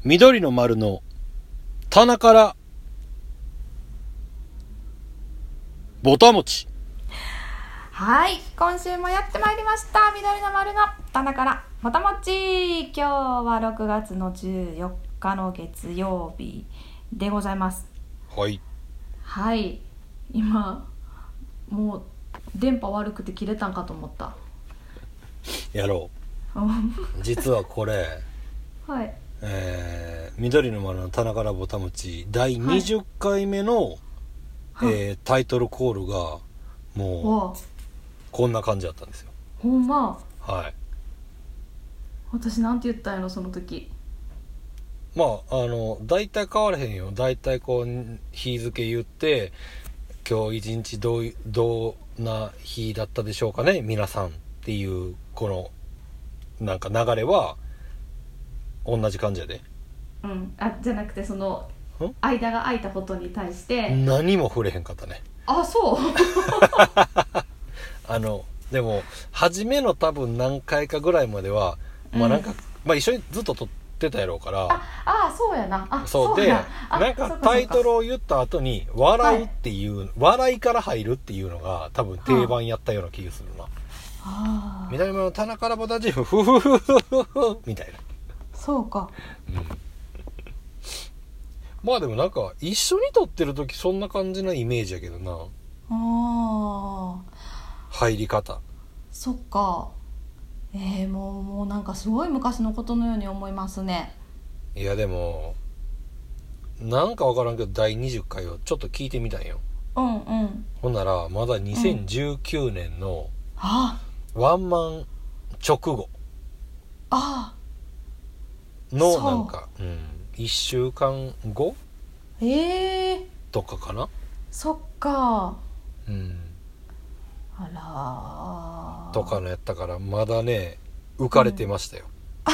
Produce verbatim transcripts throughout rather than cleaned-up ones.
緑の丸の棚からぼたもち。 はい、今週もやってまいりました。緑の丸の棚からぼたもち。今日はろくがつのじゅうよっかの月曜日でございます。 はいはい、今もう電波悪くて切れたんかと思った。 やろう実はこれはい、 えー、緑の丸の棚からぼたもちだいにじゅっかいめの、はいえー、タイトルコールがもうこんな感じだったんですよ。 ほんま。 はい。 私なんて言ったんやろその時。 まああのだいたい変わらへんよ。だいたいこう日付言って今日一日どうどんな日だったでしょうかね皆さんっていうこのなんか流れは同じ感じやで。 うん、あじゃなくてその間が空いたことに対して何も触れへんかったね。 あ、そうあのでも初めの多分何回かぐらいまでは、うん、まあなんか、まあ、一緒にずっと撮ってたやろうから。 ああそうやな。あそうでなんかタイトルを言った後に笑うっていう、はい、笑いから入るっていうのが多分定番やったような気がするな。はあ、南の棚からぼたちフフフフフフみたいな。 そうか、 うん、まあでもなんか一緒に撮ってる時そんな感じなイメージやけどな。 あ入り方。 そっか。えー、もうもうなんかすごい昔のことのように思いますね。 いやでもなんかわからんけどだいにじゅっかいをちょっと聞いてみたんよ。 うんうん。 ほんならまだにせんじゅうきゅうねんのワンマン直後のなんか、うん、いっしゅうかんごえー、 とかかな。 そっか。 うん。 あらとかのやったからまだね浮かれてましたよ、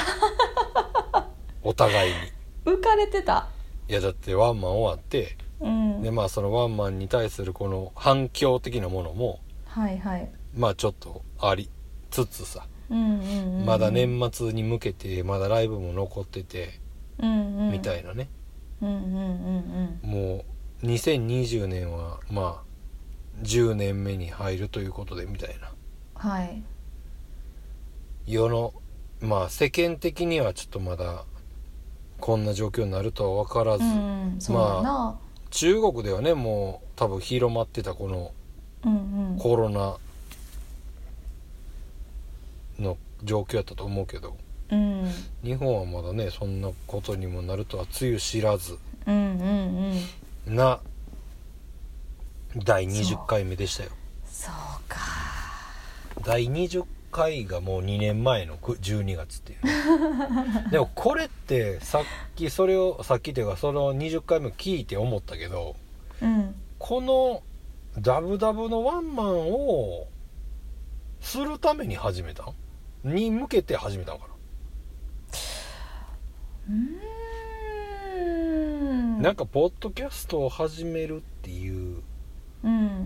うん、お互いに浮かれてた。 いやだってワンマン終わって、 うん、 でまあそのワンマンに対するこの反響的なものもはいはいまあちょっとありつつさ、 うんうんうんうん、 まだ年末に向けてまだライブも残ってて、うんうん、みたいなね、 うんうんうんうん、 もうにせんにじゅうねんはまあじゅうねんめに入るということでみたいな、 はい、 世のまあ世間的にはちょっとまだこんな状況になるとは分からず、うん、まあ中国ではねもう多分広まってたこのコロナの状況やったと思うけど、うん、日本はまだねそんなことにもなるとはつゆ知らず、うんうんうん、なだいにじゅっかいめでしたよ。 そうか。 だいにじゅっかいがもうにねんまえのじゅうにがつっていう、ね、でもこれってさっきそれをさっきっていうかそのにじゅっかいめ聞いて思ったけど、うん、このダブダブのワンマンをするために始めたんに向けて始めたのかな。うーんなんかポッドキャストを始めるっていう、うん、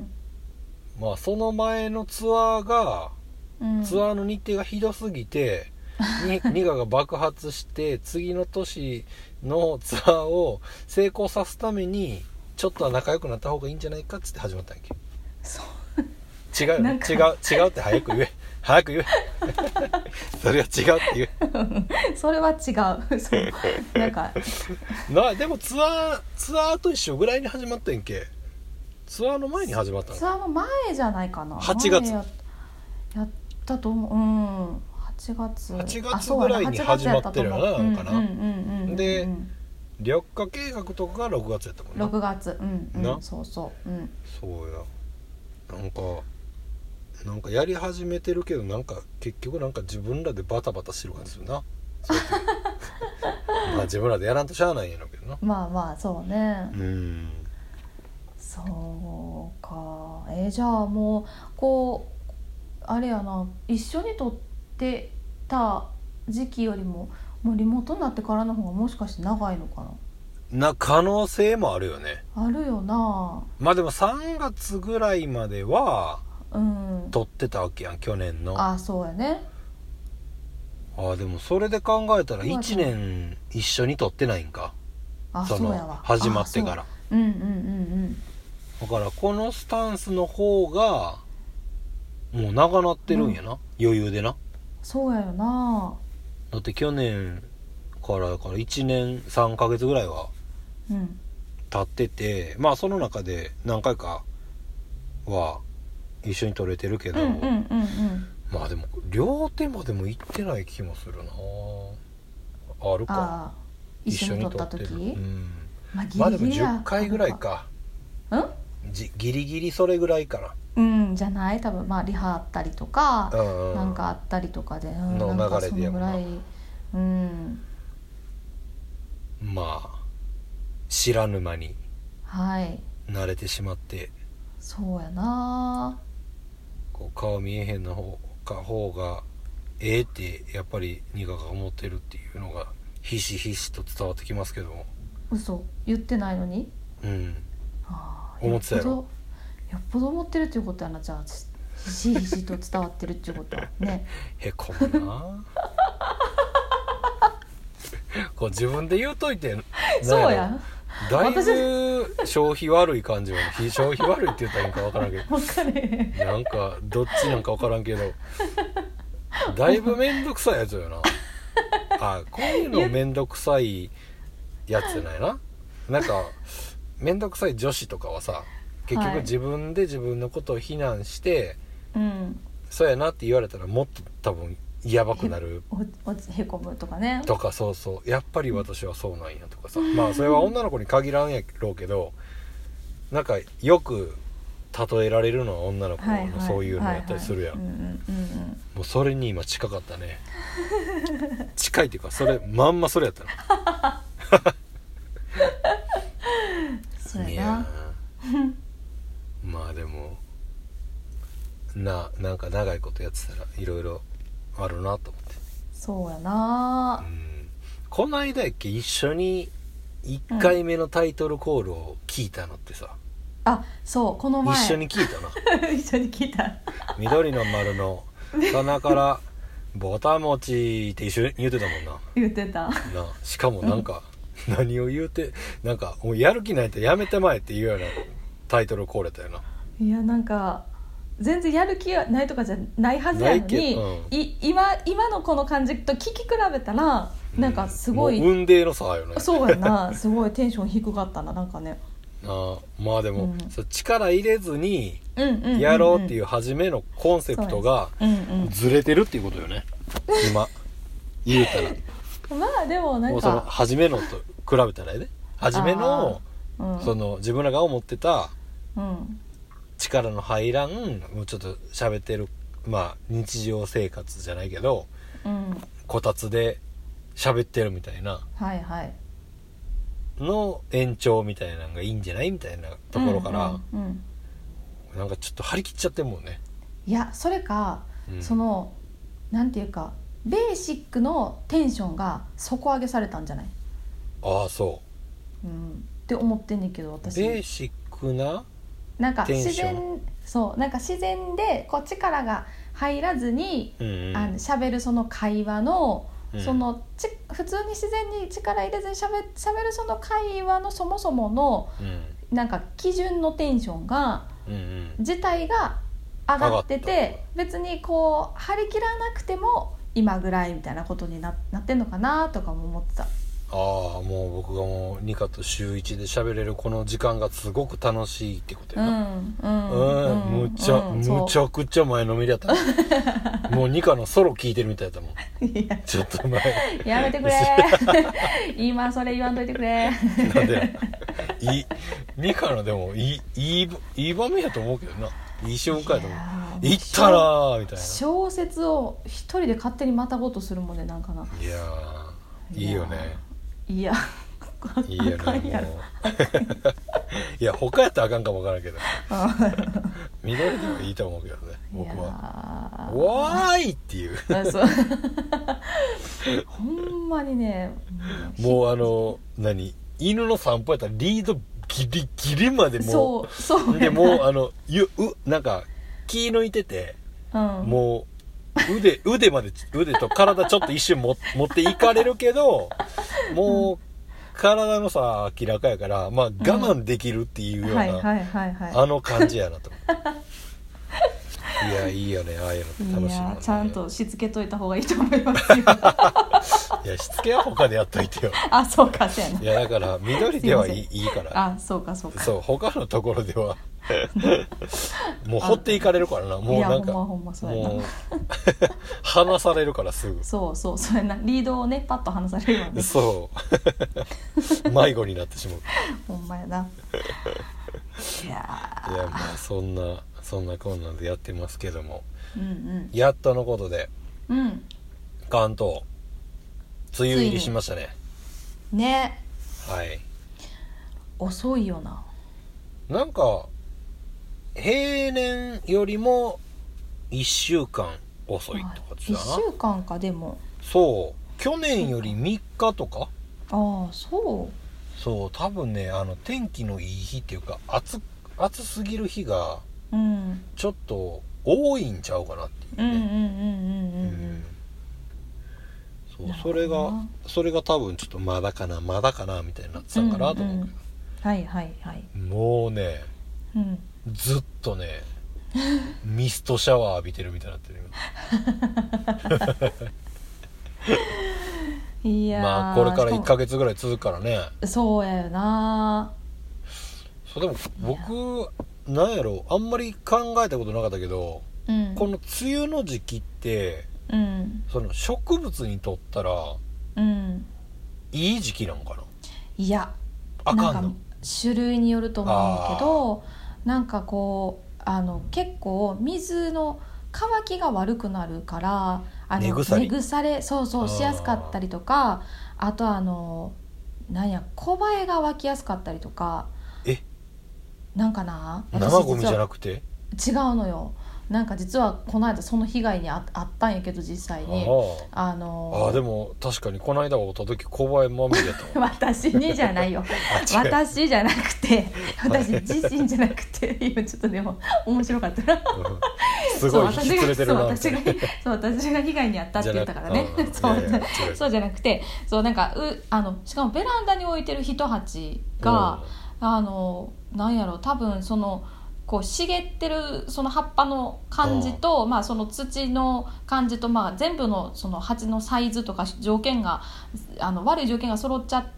まあその前のツアーが、うん、ツアーの日程がひどすぎてニガが爆発して次の年のツアーを成功さすためにちょっとは仲良くなった方がいいんじゃないかっつって始まったんやっけ。そう違うよね。違う違うって早く言え早く言えそれは違うって言えそれは違うそうなんかな。でもツアーツアーと一緒ぐらいに始まったんやんけ。ツアーの前に始まったの。 ツアーの前じゃないかな。 はちがつや, やったと思う。うんはちがつはちがつぐらいに始まってるよななんかな。で緑化計画とかがろくがつやったもんな。 ろくがつ、うんうん、そうそう、うん、 そうや。なんかなんかやり始めてるけどなんか結局なんか自分らでバタバタしてる感じするなまあ自分らでやらんとしゃあないんやろうけどな。 まあまあそうね。 うん。 そうか。えー、じゃあもうこうあれやな、一緒に撮ってた時期よりももうリモートになってからの方がもしかして長いのかな。 な可能性もあるよね。 あるよな。 まあでもさんがつぐらいまでは、うん、撮ってたわけやん去年の。 あ、そうやね。 あでもそれで考えたらいちねん一緒に撮ってないんか。 あそのそうやわ始まってから。 うんうんうんうんだからこのスタンスの方がもう長なってるんやな、うん、余裕でな。 そうやよな。 だって去年からだからいちねんさんかげつぐらいは経ってて、うん、まあその中で何回かは一緒に撮れてるけど、 うんうんうんうん、 まあでも両手までも行ってない気もするな。あるか。 あ一緒に撮った時、 うん、 まあ、ギリギリまあでもじゅっかいぐらいか。 うんじギリギリそれぐらいかな。 うんじゃない多分。まあリハあったりとか、 うんうん、 なんかあったりとかで、うん、 の流れでやもな。 うん、 まあ知らぬ間にはい慣れてしまって、はい、 そうやな。 こう顔見えへんの方か方がええってやっぱりニカが思ってるっていうのがひしひしと伝わってきますけども。 嘘言ってないのに。 うんあ思ってたやろ。 よっぽど思ってるっていうことやな。じゃあひしひしと伝わってるっていうことはね。 へこむなこう自分で言うといてそうやだいぶ消費悪い感じは消費悪いって言ったらいいんか分からんけど分かれへんなんかどっちなんか分からんけどだいぶめんどくさいやつよなあこういうのめんどくさいやつじゃないな。なんかめんどくさい女子とかはさ結局自分で自分のことを非難して、 はい、うん、 そうやなって言われたらもっと多分やばくなるおおへこむとかねとか。そうそうやっぱり私はそうなんやとかさ、まあそれは女の子に限らんやろうけどなんかよく例えられるのは女の子のそういうのやったりするやん。もうそれに今近かったね近いっていうかそれまんまそれやったなそうやなまあでもななんか長いことやってたらいろいろあるなと思って。 そうやな、 うん、この間やっけ一緒にいっかいめのタイトルコールを聞いたのってさ、 うん、あそうこの前一緒に聞いたな一緒に聞いた緑の丸の棚からぼたもちって一緒に言ってたもんな。 言ってたな。 しかもなんか、うん、何を言うてなんかもうやる気ないとやめてまえっていうようなタイトルコールやったよな。 いやなんか全然やる気はないとかじゃないはずやのに、うん、い 今, 今のこの感じと聞き比べたら、うん、なんかすごい運命の差よね。 そうやなすごいテンション低かったななんかね。 あまあでも、うん、そ力入れずにやろうっていう初めのコンセプトがずれてるっていうことよね、うんうん、今言うたらまあでもなんかもうその初めのと比べたらね初めの、うん、その自分らが思ってた、うん力の入らんもうちょっと喋ってるまあ日常生活じゃないけど、うん、こたつで喋ってるみたいなの延長みたいなのがいいんじゃないみたいなところから、うんうんうん、なんかちょっと張り切っちゃってるもんね。 いやそれか、うん、そのなんていうかベーシックのテンションが底上げされたんじゃない。 ああそう、 うん、って思ってんねんけど私ベーシックななんか自然そうなんか自然でこう力が入らずに、うんうん、あの喋るその会話の、うん、そのち普通に自然に力入れずに喋、喋るその会話のそもそもの、うん、なんか基準のテンションが、うんうん、自体が上がってて別にこう張り切らなくても今ぐらいみたいなことに な, なってんのかなとかも思ってた。 ああもう僕がもうニカと週一で喋れるこの時間がすごく楽しいってことやな。うんうんうん、むちゃ、うん、むちゃくちゃ前のめりやったもうニカのソロ聞いてるみたいだもん。いやちょっと前やめてくれ今それ言わんといてくれなんでいいニカのでもいいいいいい場面やと思うけどないい瞬間やと思う。いったらーみたいな小説を一人で勝手にまたごとするもんねなんかな。 いやいいよね。 いやいいよねもういや他やったらあかんかもわからんけど緑でもいいと思うけどね僕は。わーいっていうほんまにねもうあの何犬の散歩やったらリードギリギリまでもうそうそうでもうあのゆうなんか気抜いてて、うん、もう腕腕まで腕と体ちょっと一瞬も持っていかれるけどもう体のさ明らかやからまあ我慢できるっていうような、あの感じやなと思っていやいいよねああいうの楽しいもんね。 いやちゃんとしつけといた方がいいと思いますよいやしつけは他でやっといてよあそうかそうやな。 いやだから緑ではいい、いいからあそうかそうかそう他のところではもう放っていかれるからな。もうなんかいやほんまほんまそうやなもう離されるからすぐそうそうそうやなリードをねパッと離されるよねそう迷子になってしまうほんまやないやいやまあそんなそんなこんなんでやってますけども、 うんうん、 やっとのことで、 うん、 関東梅雨入りしましたね。 ねはい遅いよな。 なんか平年よりもいっしゅうかん遅いとかいっしゅうかんか。でもそう去年よりみっかとか。 ああそうそう多分ねあの天気のいい日っていうか暑暑すぎる日がちょっと多いんちゃうかなっていうね。そうそれがそれが多分ちょっとまだかなまだかなみたいになってたんかなと思うけど、うんうん、 はいはいはい。 もうね、うん、ずっとねミストシャワー浴びてるみたいになってるいやまあこれからいっかげつぐらい続くからね。 そうやよな。 そうでも僕なんやろあんまり考えたことなかったけど、うん、この梅雨の時期って、うん、その植物にとったら、うん、いい時期なのかな。 いやあかんのなんか種類によると思うんだけどなんかこうあの結構水の乾きが悪くなるからあの根腐れ、根腐れそうそうしやすかったりとかあとあのなんや小バエが湧きやすかったりとか。 えなんかな生ゴミじゃなくて違うのよ。なんか実はこの間その被害に あ, あったんやけど実際にああのー、あでも確かにこの間会った時小バエまみれた私にじゃないよ私じゃなくて私自身じゃなくて今ちょっとでも面白かったなすごい引き連れてるな私がそう私が被害に遭ったって言ったからねそうそうじゃなくてそうなんかうあのしかもベランダに置いてる一鉢があのなんやろ多分そのこう茂ってるその葉っぱの感じと、まあ、その土の感じと、まあ、全部のその鉢のサイズとか条件があの悪い条件が揃っちゃって、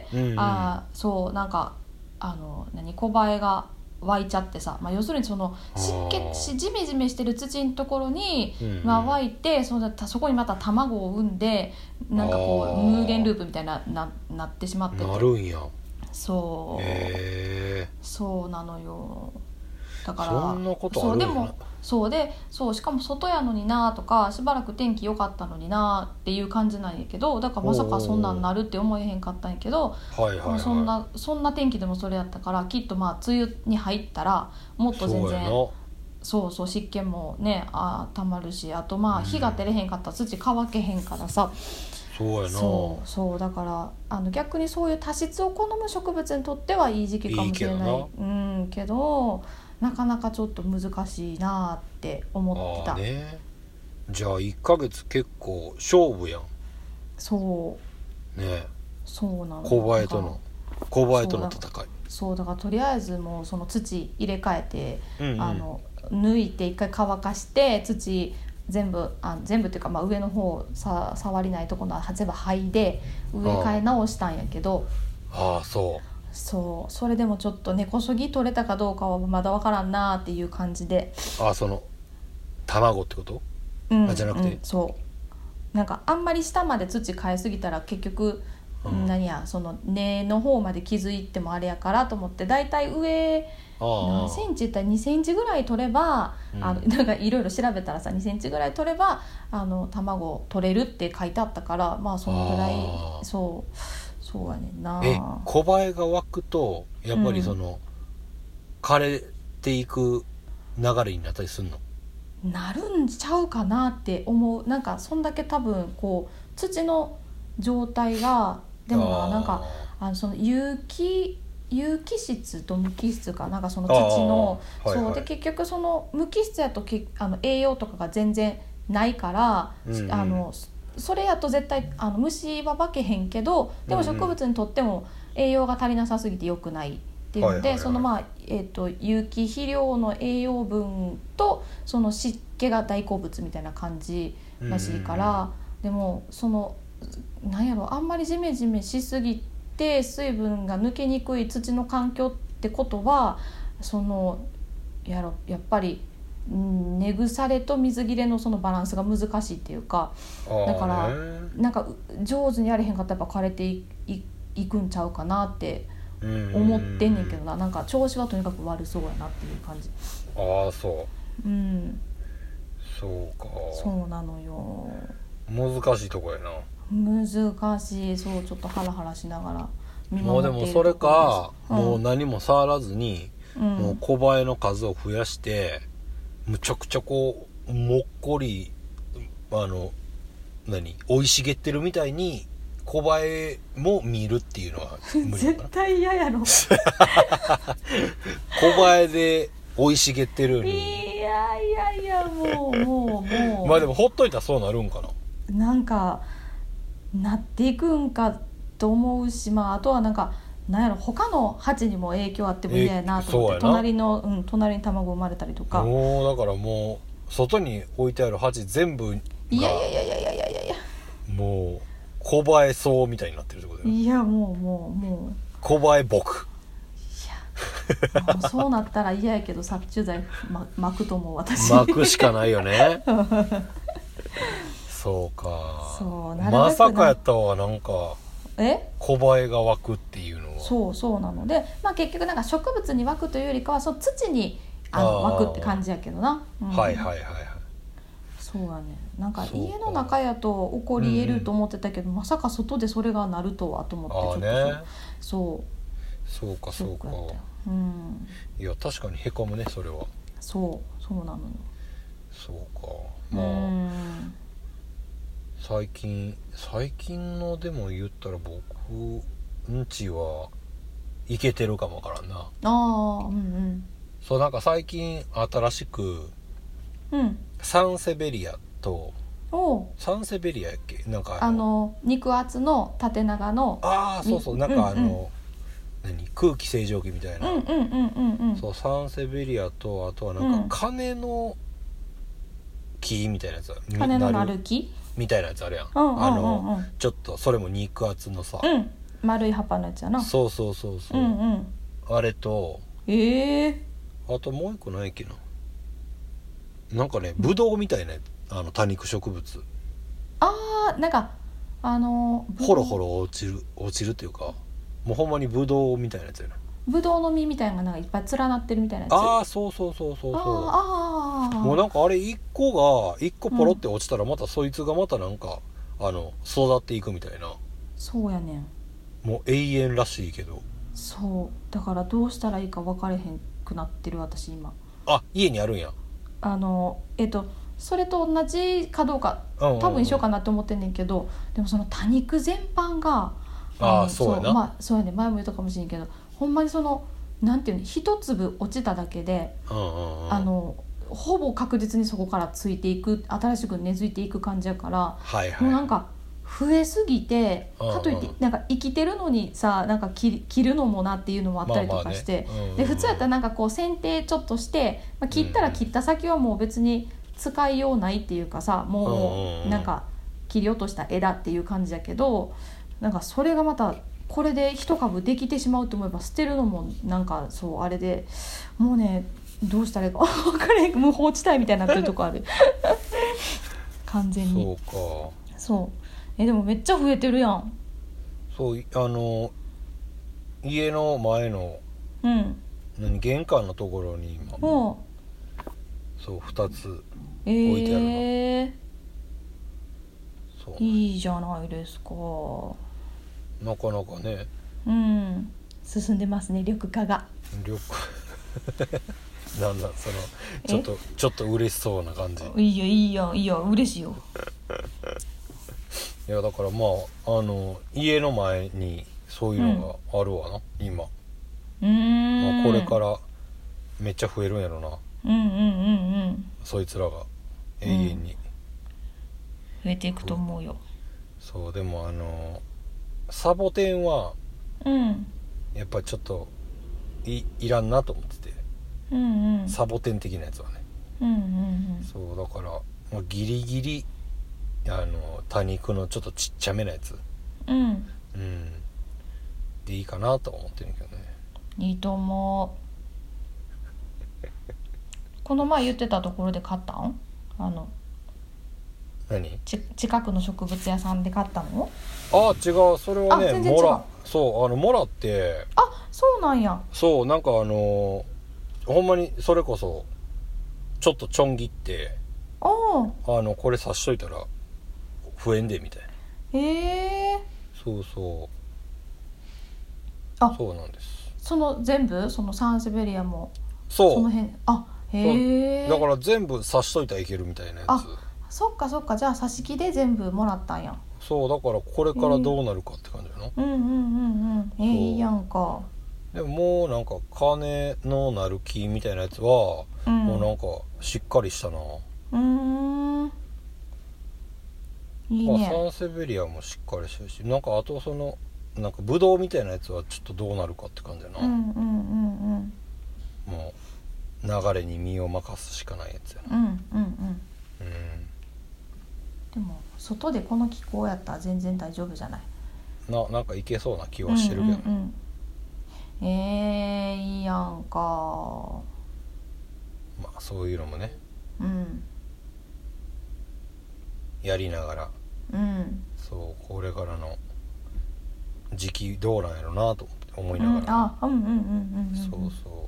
うんうん、あそうなんかあの何小バエが湧いちゃってさ、まあ、要するにその湿気ジメジメしてる土のところに、うんうんまあ、湧いて そ, そこにまた卵を産んでなんかこう無限ループみたいな な, なってしまっててなるんやそうへそうなのよ。だからそんなことあるんやな。 そうでもそうでそうしかも外やのになとかしばらく天気良かったのになっていう感じなんやけどだからまさかそんなんなるって思えへんかったんやけど、 はいはいはい、 そんなそんな天気でもそれやったからきっとまあ梅雨に入ったらもっと全然そうそう湿気もねあたまるしあとまあ日が照れへんかったら土乾けへんからさ、 そうやなそうそうだからあの逆にそういう多湿を好む植物にとってはいい時期かもしれないいいけどな、うん、けどなかなかちょっと難しいなって思ってた。 あ、ね、じゃあいっかげつ結構勝負やん。 そうねそうなの小バエとの小バエとの戦い。 そうだからとりあえずもうその土入れ替えて、うんうん、あの抜いて一回乾かして土全部あ全部っていうか、まあ、上の方さ触りないところ全部剥いで植え替え直したんやけどああそうそうそれでもちょっと根こそぎ取れたかどうかはまだ分からんなっていう感じでああその卵ってこと、 うん、 あじゃなくて、 うん、そうなんかあんまり下まで土変えすぎたら結局、うん、何やその根の方まで気づいてもあれやからと思ってだいたい上何センチって言ったらにセンチぐらい取れば、うん、あのなんかいろいろ調べたらさにセンチぐらい取ればあの卵取れるって書いてあったからまあそのぐらいそうそうやねんな。 え小バエが湧くとやっぱりその、うん、枯れていく流れになったりするの？ なるんちゃうかなって思う。なんかそんだけ多分こう土の状態がでもななんかあのその有機有機質と無機質かなんかその土の、はいはい、そうで結局その無機質やときあの栄養とかが全然ないから、 うんうん、 あのそれやと絶対あの虫は化けへんけどでも植物にとっても栄養が足りなさすぎて良くないっていうので、はいはいはい、そのまあ、えーと、有機肥料の栄養分とその湿気が大好物みたいな感じらしいから、うんうんうん、でもそのなんやろあんまりジメジメしすぎて水分が抜けにくい土の環境ってことはそのやろやっぱり根腐れと水切れのそのバランスが難しいっていうか、だからなんか上手にやれへんかったらやっぱ枯れて い, い, いくんちゃうかなって思ってんねんけどな、なんか調子はとにかく悪そうやなっていう感じ。 ああそう、 うん、 そうか、 そうなのよ、 難しいとこやな、 難しい、そうちょっとハラハラしながら見もうでもそれか、うん、もう何も触らずに、 うん、 もう小バエの数を増やしてむちゃくちゃこうもっこりあの何生い茂ってるみたいに小バエも見るっていうのは無理かな絶対嫌やろ小バエで生い茂ってるにいやいやいやもうもうもうまあでもほっといたらそうなるんかな、 なんかなっていくんかと思うし、まああとはなんかなんやろ他の蜂にも影響あっても嫌やなと思って、隣の、うん、隣に卵生まれたりとか、 もうだからもう外に置いてある蜂全部がいやいやいやいやいやいやいやもう小バエ草みたいになってるってことだよ。 いやもうもうもう小バエ僕いやもうそうなったら嫌やけど殺虫剤、ま、巻くと思う私巻くしかないよねそうか、 そうなまさかやったわ、なんかえ小バエが湧くっていうのはそうそうなので、まあ、結局なんか植物に湧くというよりかはその土にあの湧くって感じやけどな、 うん、はいはいはいはい、 そうやね、なんか家の中やと起こり得ると思ってたけど、うん、まさか外でそれがなるとはと思ってちょっと、ね、そうそうかそうか、 うん、 いや確かにへこむねそれは、 そうそうなのよ、 そうか、まあ、うん、最近最近のでも言ったら僕んちはイケてるかもわからんなあ、 うんうん、 そうなんか最近新しく、 うん、 サンセベリアとおサンセベリアやっけ、なんかあの、あの肉厚の縦長の、 ああそうそう、なんかあの、うんうん、何空気清浄機みたいな、 うんうんうんうんうん、 そうサンセベリアとあとはなんか金の木みたいなやつ、 うん、金のなる木みたいなやつあるやん、 うんうんうんうん、 あのちょっとそれも肉厚のさ、 うん、丸い葉っぱのやつやな、 そうそうそうそう、 うんうん、 あれとええー、 あともう一個ないっけな、なんかねブドウみたいなあの多肉植物、 あーなんかあのホロホロ落ちる落ちるっていうかもうほんまにブドウみたいなやつやな、 ブドウの実みたいなのがなんかいっぱい連なってるみたいなやつ、 ああそうそうそうそうそう、 ああもうなんかあれいっこがいっこポロって落ちたらまたそいつがまたなんかあの育っていくみたいな、 そうやねん、 もう永遠らしいけど、 そうだからどうしたらいいか分かれへんくなってる私今、 あ家にあるんや、 あのえっとそれと同じかどうか多分一緒かなって思ってんねんけど、でもその多肉全般がああそうやな、 そう、まあ、そうやね、前も言ったかもしれんけどほんまにそのなんていうの一粒落ちただけで、 うんうんうん、 あのほぼ確実にそこからついていく新しく根付いていく感じやから、 はいはい、 もうなんか増えすぎてうんうん、 かといってなんか生きてるのにさなんか 切, 切るのもなっていうのもあったりとかして、 まあまあね、うんうんうん、 で普通やったらなんかこう剪定ちょっとして、まあ、切ったら切った先はもう別に使いようないっていうかさ、もうなんか切り落とした枝っていう感じやけど、なんかそれがまたこれで一株できてしまうと思えば捨てるのもなんかそうあれでもうねどうしたらいいか分からへん、無法地帯みたいになってるとこある完全にそうか、 そうえでもめっちゃ増えてるやん、 そうあの家の前の、 うん、 何玄関のところに今そうふたつ置いてあるの、えー、そういいじゃないですか、 なかなかね、 うん、進んでますね緑化が、 緑なんだそのちょっとちょっと嬉しそうな感じ、 いいよいいよいいよ嬉しいよいやだからまああの家の前にそういうのがあるわな、うん、今、 うーん、 まあ、これからめっちゃ増えるんやろな、 うんうんうんうん、 そいつらが永遠に、 増えていくと思うよ。 そうでもあのサボテンはうんやっぱりちょっと い, いらんなと思ってて、 うんうんサボテン的なやつはね、 うんうんうん、 そうだから、まあ、ギリギリあの多肉のちょっとちっちゃめなやつ、 うんうんでいいかなと思ってるけどね。 いいと思う。この前言ってたところで買ったん？あの何？ ち近くの植物屋さんで買ったの？ あ違う、それはねあ全然違う。 もらそうあのもらって、 あそうなんや。 そうなんかあのほんまにそれこそちょっとちょん切っておあのこれ刺しといたら増えんでみたいな。 へえ。 そうそうあそうなんです。 その全部そのサンセベリアもそうその辺あへえ。 だから全部刺しといたらいけるみたいなやつ。 あそっかそっかじゃあ挿し木で全部もらったんや。 そうだからこれからどうなるかって感じやな、 うんうんうんうんえー、いいやんか。 でももうなんか金のなる木みたいなやつは、うん、もうなんかしっかりしたな。 うーんいいね。 まあ、サンセベリアもしっかりしてるし、なんかあとそのなんかブドウみたいなやつはちょっとどうなるかって感じやな。 うんうんうんうんもう流れに身を任すしかないやつやな。 うんうんうんうんでも外でこの気候やったら全然大丈夫じゃない？ な, なんかいけそうな気はしてるけど、ね、 うんうんうん、えー、いいやんか。 まあそういうのもね、 うん、 やりながら、 うん、 そうこれからの時期どうなんやろなと思いながら、 うん、あうんうんうんうんうんそうそう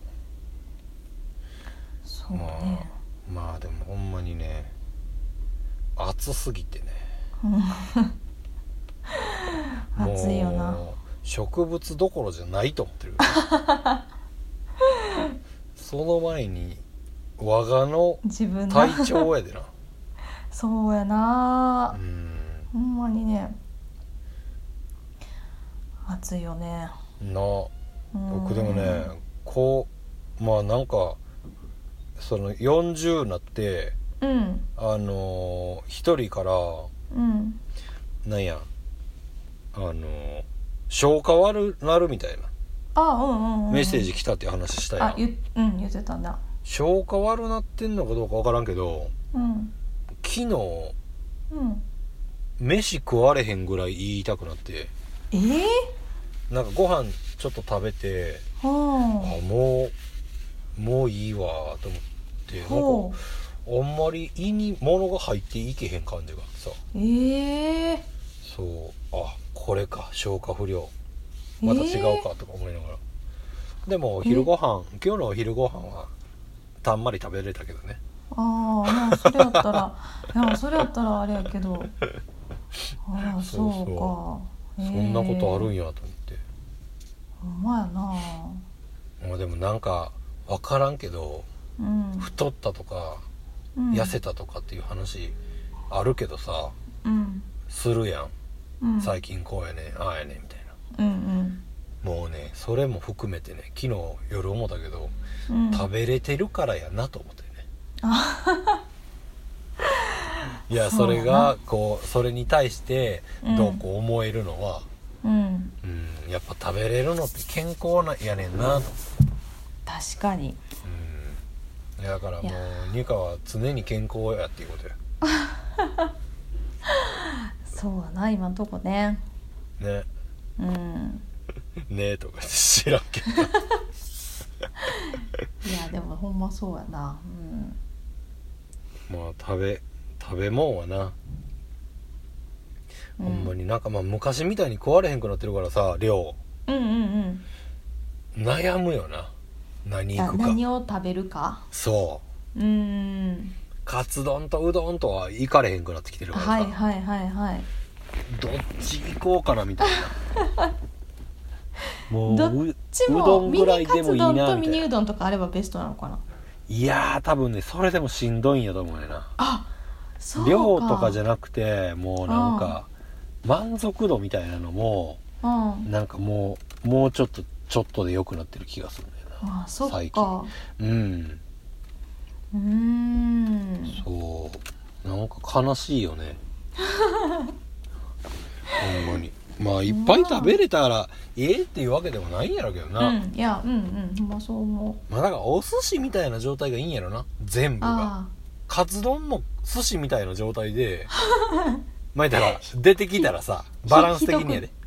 そうね、 まあ、まあでもほんまにね暑すぎてね暑いよな。 もう植物どころじゃないと思ってるその前に我がの体調やでなそうやな、 うんほんまにね暑いよねな。僕でもねこうまあなんかそのよんじゅうになって、 うん、 あの一人から、 うん、 なんやあの消化悪なるみたいなあ、うんうんうん、 メッセージ来たっていう話したやん。 あ、言、うん、言ってたんだ。 消化悪なってんのかどうか分からんけど、 うん、 昨日、 うん、 飯食われへんぐらい言いたくなって、 えー、 なんかご飯ちょっと食べて、 はあ、もうもういいわと思って、なんかあんまり胃に物が入っていけへん感じがさ、 えー、 そうあこれか消化不良また違うかとか思いながら、えー、でもお昼ご飯今日のお昼ご飯はたんまり食べれたけどね。 ああまあそれやったらいやそれやったらあれやけどあらそうかそうそう、えー、そんなことあるんやと思って。 ほんまやな。 まあでもなんか分からんけど、うん、太ったとか、うん、痩せたとかっていう話あるけどさ、うん、するやん、うん、最近こうやねああやねみたいな、うんうん、もうねそれも含めてね昨日夜思ったけど、うん、食べれてるからやなと思ってねいやそれがこうそれに対してどうこう思えるのは、うんうん、やっぱ食べれるのって健康なやねんなと。 確かに、 うん、だからもうニカは常に健康やっていうことやそうやな今んとこねねうんねえとか知らんけどいやでもほんまそうやな、 うん、まあ食べ食べ物はな、うん、ほんまになんかまあ昔みたいに食われへんくなってるからさ量、うんうんうん、悩むよな何行くか何を食べるか。 そううーんカツ丼とうどんとは行かれへんくなってきてるからさ、 はいはいはいはいどっち行こうかなみたいなもうどっちもうどんぐらいでもいいなみたいな。ミニカツ丼とミニうどんとかあればベストなのかな。 いやー多分ねそれでもしんどいんやと思うよな。 あそうか量とかじゃなくてもうなんか満足度みたいなのも、うん、なんかもうもうちょっとちょっとで良くなってる気がするんだよな。 あそっか最近うんうーんそうなんか悲しいよね。 ほんまにまあいっぱい食べれたらええっていうわけでもないんやろうけどな、 うん、いやうんうんまあそう思うまあだからお寿司みたいな状態がいいんやろな全部がカツ丼も寿司みたいな状態でまあ言ったら出てきたらさバランス的にやで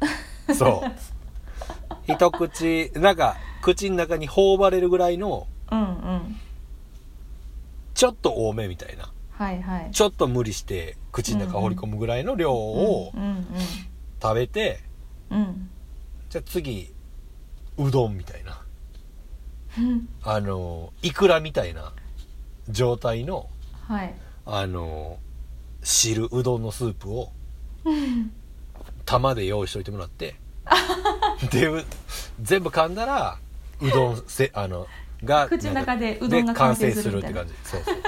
そう一口なんか口の中に頬張れるぐらいのうんうんちょっと多めみたいな、 はいはい、 ちょっと無理して口の中放り込むぐらいの量を食べて、 うんうん、 じゃあ次うどんみたいなあのイクラみたいな状態の、 はい、 あの汁うどんのスープを玉で用意しといてもらってで全部噛んだらうどんせあのが口の中でうどんが完成するみたいな。 完成するって感じ。そう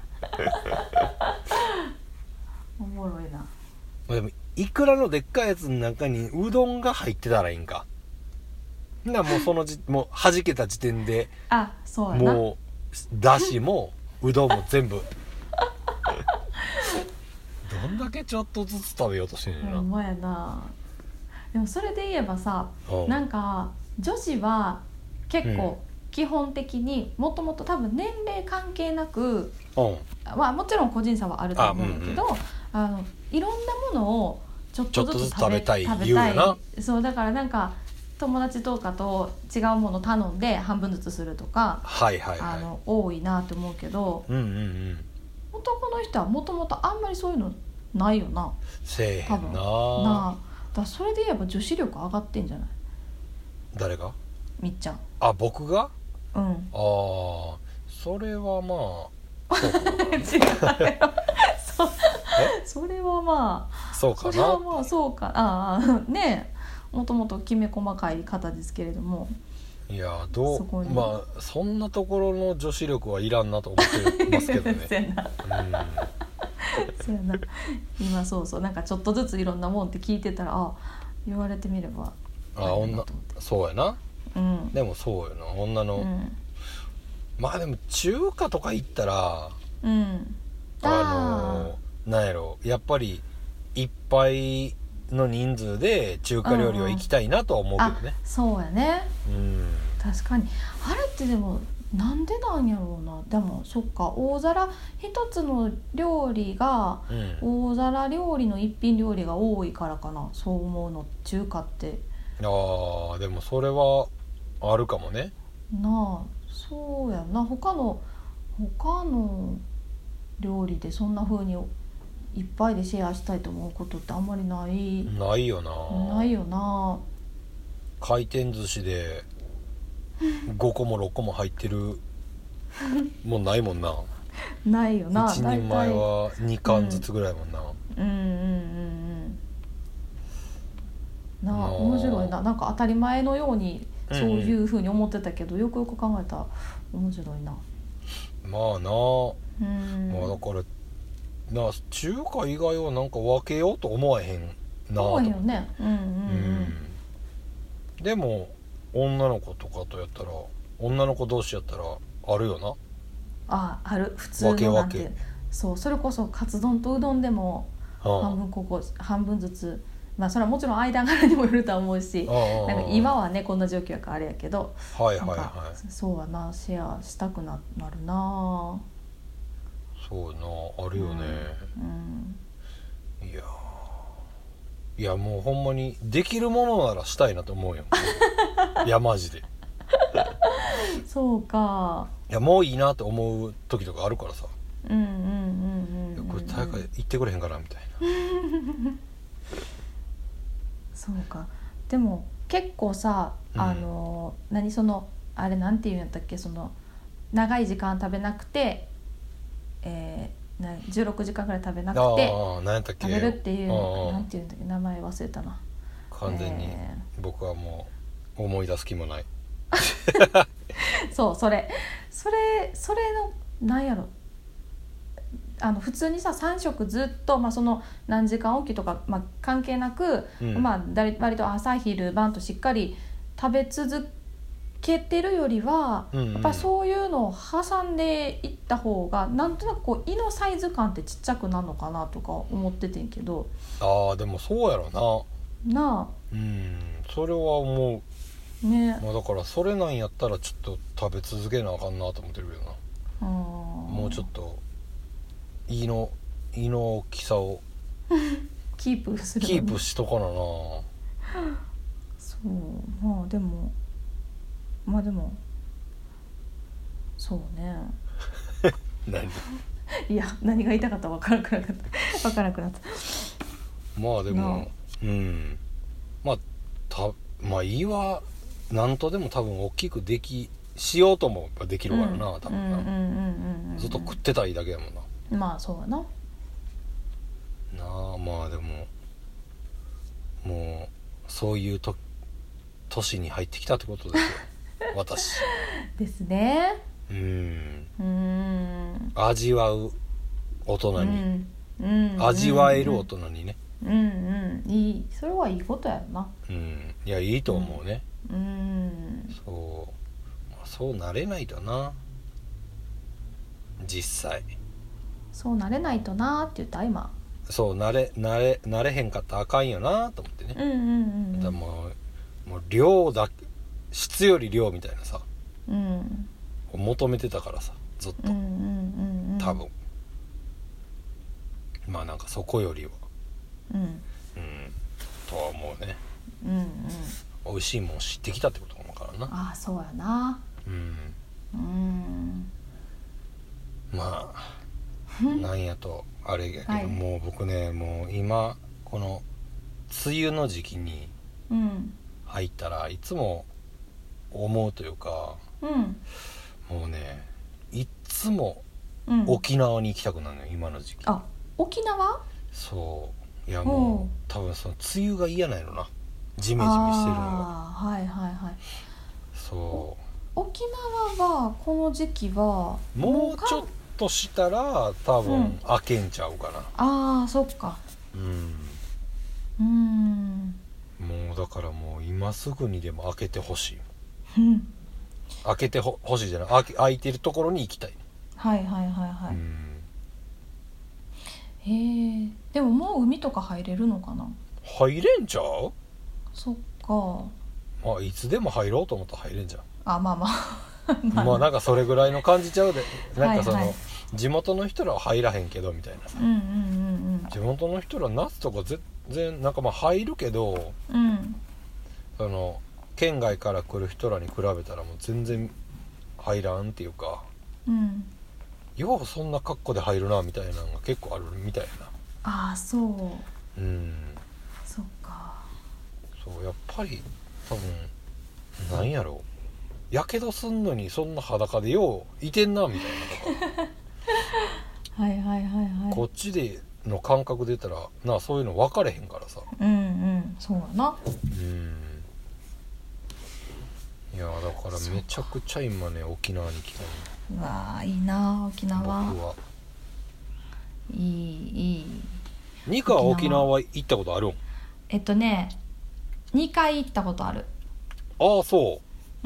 そうおもろいな。 まあ、でもいくらのでっかいやつの中にうどんが入ってたらいいんか。なもうそのじもう弾けた時点で、 あ、そうやな。 もうだしもうどんも全部。どんだけちょっとずつ食べようとしてんのな。 ほんまやな。でもそれで言えばさ、なんか女子は結構基本的にもともと多分年齢関係なく、うん、まあもちろん個人差はあると思うんだけど、あ、うんうん、あのいろんなものをちょっとずつ食べ、 食べたい食べたい言うよな。そうだからなんか友達とかと違うもの頼んで半分ずつするとか、 はいはいはい、 あの多いなと思うけど、 うんうんうん、 男の人はもともとあんまりそういうのないよな。 せえへんな。 多分なあ。だからそれで言えば女子力上がってんじゃない？ 誰が？ みっちゃん。 あ、僕が？ うん。ああ、それはまあそうかな。違うそ, それはまあそうかな。 それはまあそうか。ああねえ、もともときめ細かい方ですけれども。 いやどうまあそんなところの女子力はいらんなと思ってますけどね。 そうやな。うんそうやな。今そうそうなんかちょっとずついろんなもんって聞いてたら、あ、言われてみればあ女そうやな、 うん、でもそうよな女の、うん、まあでも中華とか行ったら、 うん、 あのなんやろやっぱりいっぱいの人数で中華料理は行きたいなとは思うけどね、うんうん、 そうやね、 うん、 確かにあれってでもなんでなんやろうな。でもそっか大皿一つの料理が、うん、大皿料理の一品料理が多いからかな。そう思うの中華って。 ああでもそれはあるかもね。 なあそうやな。他の他の料理でそんな風にいっぱいでシェアしたいと思うことってあんまりないないよな。 ないよな。 回転寿司でごこもろっこも入ってるもんないもんな。 ないよな。 一人前はにかんずつぐらいもんな、 うん、うんうんうんうんなあ面白いな。なんか当たり前のようにそういう風に思ってたけど、うん、よくよく考えたら面白いな。 まあな、うん、まあだからな中華以外はなんか分けようと思わへんなと思うよね。うんうんうん、うん、でも女の子とかとやったら女の子同士やったらあるよな。 あある普通のなんてそうそれこそカツ丼とうどんでも半分ここ半分ずつまあそれはもちろん間柄にもよるとは思うし、なんか今はねこんな状況やからあれやけど、 はいはいはい、 そうはなシェアしたく な, なるな。 そうなあるよね、うんうん、いやいやもうほんまにできるものならしたいなと思うよ。いやマジでそうか。 いやもういいなと思う時とかあるからさ、 うんうんうんうん、うん、 これ大会行ってくれへんかなみたいな。 そうか。でも結構さあの、うん、何そのあれなんていうんやったっけその長い時間食べなくて、えー、なじゅうろくじかんぐらい食べなくてあ何やったっけ食べるっていうなんていうんだっけ名前忘れたな。 完全に僕はもう思い出す気もない。 そうそれそれそれのなんやろあの普通にささん食ずっと、まあ、その何時間おきとか、まあ、関係なく、うんまあ、割と朝昼晩としっかり食べ続けてるよりは、 うんうん、 やっぱそういうのを挟んでいった方がなんとなくこう胃のサイズ感ってちっちゃくなるのかなとか思っててんけど。 ああでもそうやろななあ、 うんそれは思うね、 まあ、だからそれなんやったらちょっと食べ続けなあかんなと思ってるけどな。 あもうちょっと胃の胃の大きさをキープするキープしとかなな。 そうまあでもまあでもそうね何いや何が言いたかったか分からなくなった分からなくなったまあでもうんまあたまあ胃は何とでも多分大きくできしようともできるからな、うん、多分なずっと食ってたいだけやもんな。 まあそうやななあまあでももうそういうと年に入ってきたってことですよ私ですね。 うんうん味わう大人に、 うんうん、 味わえる大人にね、 うんうんいいそれはいいことやな。 うんいやいいと思うね、 うん、うん、 そう、まあ、そうなれないとな実際そうなれないとなって言った今そうなれなれなれへんかったらあかんよなと思ってね、 うんうんうん、 だからもう、もう量だけ質より量みたいなさ、 うん、 求めてたからさずっと、 うんうんうんうん、 多分まあなんかそこよりはうん、うん、 とは思うね、 うんうん、 美味しいもん知ってきたってことかもからな。 ああそうやなうんうんまあなんやとあれやけど、はい、もう僕ねもう今この梅雨の時期に入ったらいつも思うというか、 うん、 もうねいつも沖縄に行きたくなるのよ、うん、今の時期。 あ沖縄？ そういやもう多分その梅雨が嫌なのなジメジメしてるのが。 はいはいはい。 そう沖縄はこの時期はもうちょっとしたら多分開けんちゃうかな、 うん、ああそっかうんうんもうだからもう今すぐにでも開けてほしい、 うん、 開けてほしいじゃない開け開いてるところに行きたい。 はいはいはいはい、うん、へえでももう海とか入れるのかな。 入れんちゃう。 そっかまあいつでも入ろうと思ったら入れんじゃん。 あまあまあまあなんかそれぐらいの感じちゃうでなんかその、はいはい、地元の人らは入らへんけどみたいなさ、 うんうんうんうん、 地元の人ら夏とか全然なんかまあ入るけど、 うん、 その県外から来る人らに比べたらもう全然入らんっていうか、 うん、 ようそんな格好で入るなみたいなのが結構あるみたいな。 ああそううんそっかそうやっぱり多分なんやろうやけどすんのにそんな裸でよういてんなみたいなとかはいはいはいはいこっちでの感覚で言ったらなそういうの分かれへんからさ。 うんうんそうやな。 うんいやだからめちゃくちゃ今ね沖縄に来たい。 うわいいな沖縄。 僕はいいいいい。 ニカは沖縄は行ったことあるん？ えっとねにかい行ったことある。 ああそう。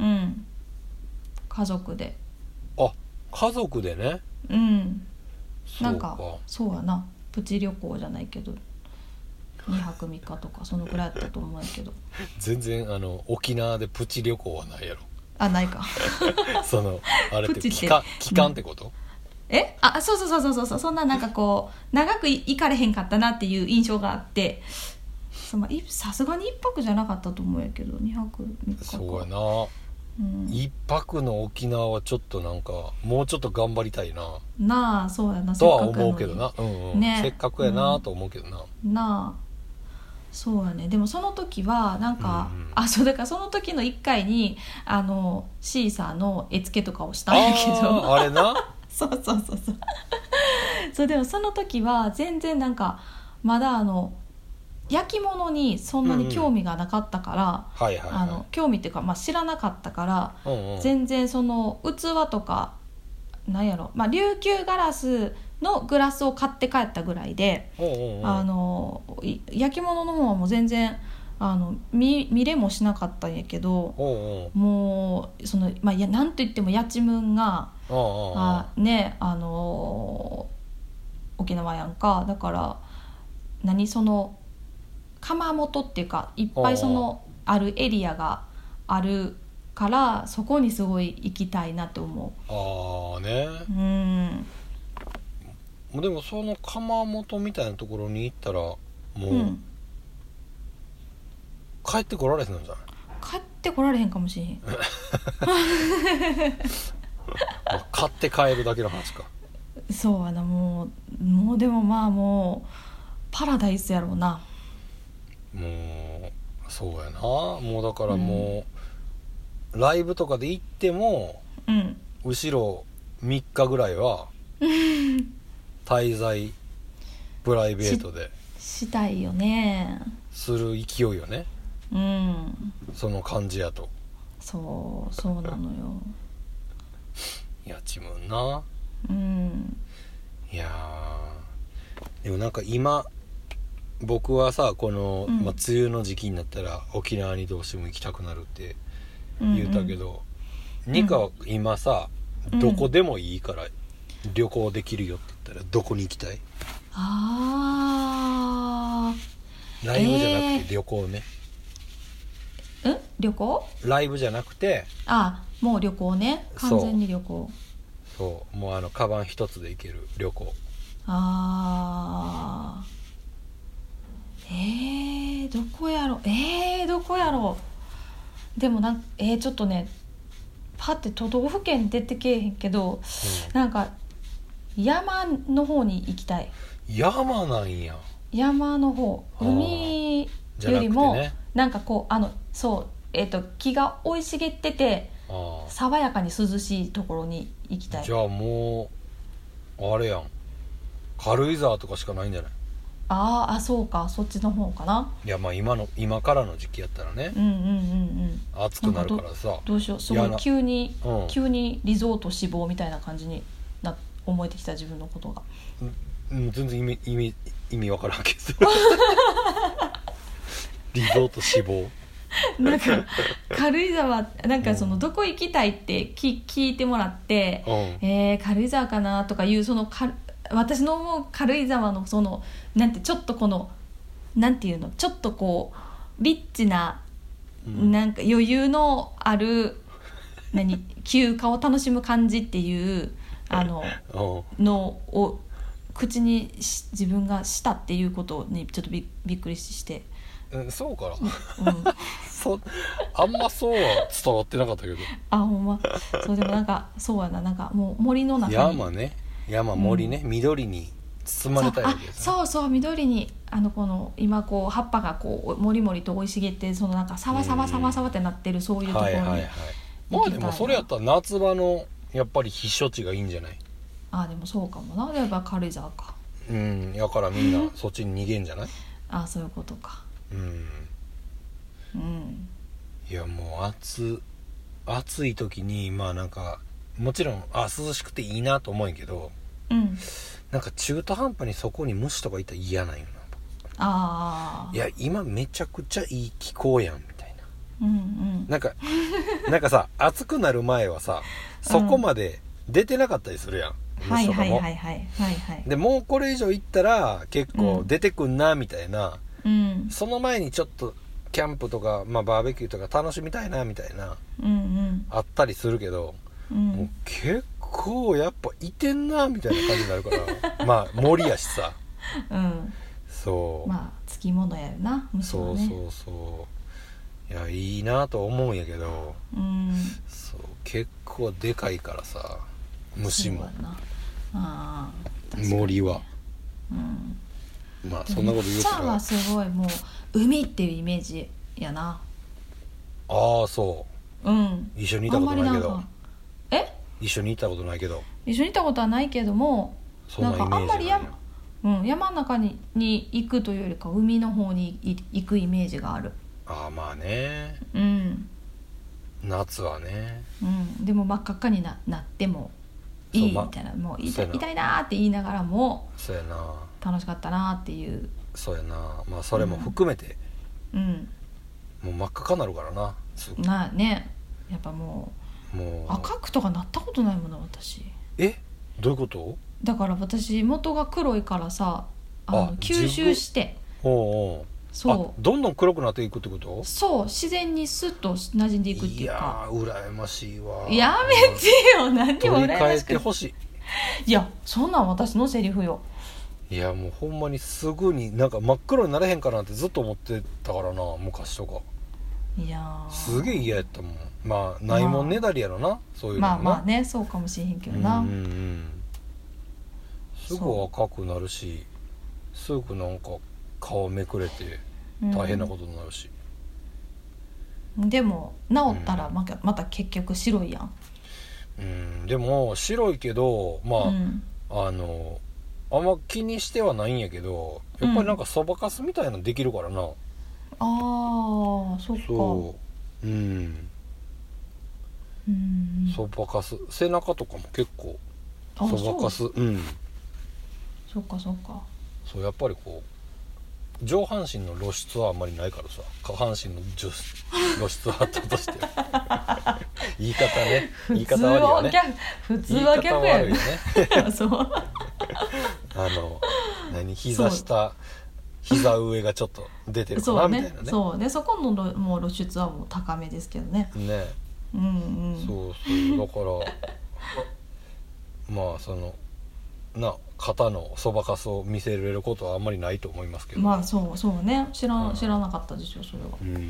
うん家族で。 あ家族でね。 うんそうかなんかそうやなプチ旅行じゃないけどにはくみっかとかそのくらいだったと思うけど全然あの沖縄でプチ旅行はないやろ。 あないかそのあれって期間期間ってこと？ えあそうそうそうそうそうそんななんかこう長く行かれへんかったなっていう印象があってさすがにいっぱくじゃなかったと思うんやけどにはくみっかか。 そうやな、 うん、 いっぱくの沖縄はちょっとなんかもうちょっと頑張りたいななあそうやなとは思うけどな、うんうんね、せっかくやなと思うけどな、 うん、なあそうやねでもその時はなんか、うんうん、あそうだからその時のいっかいにあのシーサーの絵付けとかをしたんやけどあ, あれなそうそうそうそうそうでもその時は全然なんかまだあの焼き物にそんなに興味がなかったから興味っていうか、まあ、知らなかったから、うんうん、全然その器とかなんやろ、まあ、琉球ガラスのグラスを買って帰ったぐらいで、うんうんうん、あの焼き物の方はもう全然あの 見, 見れもしなかったんやけど、 おうおうもうその、まあ、やなんといってもやちむんがおうおうあねあのー、沖縄やんか。だから何その窯元っていうかいっぱいそのあるエリアがあるからそこにすごい行きたいなと思うああねうんでもその窯元みたいなところに行ったらもう、うん、帰ってこられへんのじゃない？ 帰ってこられへんかもしれへん買って帰るだけの話か。 そうやな。もうもうでもまあもうパラダイスやろうな。 もうそうやな。もうだからもう、うん、ライブとかで行っても、うん、後ろみっかぐらいは滞在プライベートでし, したいよね。 する勢いよね。うん。その感じやと。 そうそうなのよ。 やちむんな。 うん。 いやでもなんか今僕はさこの、うんまあ、梅雨の時期になったら沖縄にどうしても行きたくなるって言ったけど、うんうん、ニカは今さ、うん、どこでもいいから旅行できるよって言ったらどこに行きたい？ あーライブじゃなくて旅行ね、 えー、ん旅行？ ライブじゃなくてあもう旅行ね。完全に旅行。 そうもうあのカバン一つで行ける旅行。 あーえー、どこやろえー、どこやろでもなんえー、ちょっとねパッて都道府県出てけえへんけど、うん、なんか山の方に行きたい。 山なんや。 山の方海よりもな、ね、なんかこうあのそうえっ、ー、と木が生い茂ってて爽やかに涼しいところに行きたい。 じゃあもうあれやん軽井沢とかしかないんじゃない？ ああそうかそっちの方かな。 いやまあ今の今からの時期やったらね、 うんうんうんうん暑くなるからさど, どうしようすごい急に、うん、急にリゾート志望みたいな感じにな思えてきた自分のことが、 うん、全然意味意味意味わからんけどリゾート志望なんか軽井沢なんかそのどこ行きたいって聞聞いてもらって、うんえー、軽井沢かなとかいうそのか私の思う軽井沢のそのなんてちょっとこのなんていうのちょっとこうリッチな、うん、なんか余裕のある何休暇を楽しむ感じっていうあののを口にし自分がしたっていうことにちょっと び, びっくりして。 うん、そうかな、うん、そあんまそうは伝わってなかったけどあほんまそうでもなんかそうやななんかもう森の中に山ね山森ね、うん、緑に包まれたいわけです、 ね、そうそう緑にあのこの今こう葉っぱがこうもりもりと生い茂ってそのなんかサワサワサワサワってなってるそういうところに、はいはいはい、 まあでもそれやったら夏場のやっぱり避暑地がいいんじゃない？ あでもそうかもな。やっぱ軽井沢か。 うんやからみんなそっちに逃げんじゃない？ あそういうことか。うん、 うん、いやもう暑暑い時にまあなんかもちろんあ涼しくていいなと思うんやけど、うん、なんか中途半端にそこに虫とかいたら嫌なんよな。あいや今めちゃくちゃいい気候やんみたいな、うんうん、なんかなんかさ暑くなる前はさそこまで出てなかったりするやん、うん、虫とかも、はいはいはいはいはいはい、でもうこれ以上行ったら結構出てくんなみたいな、うん、その前にちょっとキャンプとか、まあ、バーベキューとか楽しみたいなみたいな、うんうん、あったりするけど、うん、もう結構やっぱいてんなみたいな感じになるからまあ森やしさ、うん、そうまあつきものやるな虫はね。 そうそうそういやいいなと思うんやけど、うん、そう結構でかいからさ虫もあ森は、うんまあそんなこと言うたらちゃんはすごいもう海っていうイメージやな。 ああそううん一緒にいたことないけどえ一緒にいたことないけど一緒にいたことはないけどもそんなイメージなんかあんまりや、うん、山の中にに行くというよりか海の方に行くイメージがある。 ああまあねうん夏はね、 うん、でも真っ赤っかに な, なってもいいみたいな、もう痛い痛いなーって言いながらもそうやな楽しかったなっていう。 そうやなまあそれも含めて、うん、 もう真っ赤かなるからなすぐなねやっぱもうもう赤くとかなったことないもんな私。 えどういうこと？ だから私元が黒いからさあの吸収しておうおうそうどんどん黒くなっていくってこと？ そう自然にスッと馴染んでいくっていうか。 いやー羨ましいわ。 やめてよ何にも羨ましくない。 取り替えてほしい。 いやそんなん私のセリフよ。 いやもうほんまにすぐになんか真っ黒になれへんかなってずっと思ってたからな昔とか。いやすげえ嫌やったもん。まあないもんねだりやろな、まあ、そういうのまあまあねそうかもしれへんけどな。うんうんうんすぐ赤くなるしすぐなんか顔めくれて大変なことになるし、 うん、でも治ったらまた、うん、また結局白いやん。 うんでも白いけどまあ、うん、あのあんま気にしてはないんやけどやっぱりなんかそばかすみたいなのできるからな、うん、ああそっかそううんそばかす背中とかも結構そばかすうんそっかそっかそうやっぱりこう上半身の露出はあんまりないからさ下半身の露出はあったとして言い方ね言い方悪いよね普通は逆やねそうあの何膝下膝上がちょっと出てるかなみたいなねそうねそこのもう露出はもう高めですけどねねうんうんそうそうだからまあそのな肩のそばかすを見せれることはあんまりないと思いますけど、ね、 まあそうそうね知ら、うん、知らなかったでしょそれはうん、うん、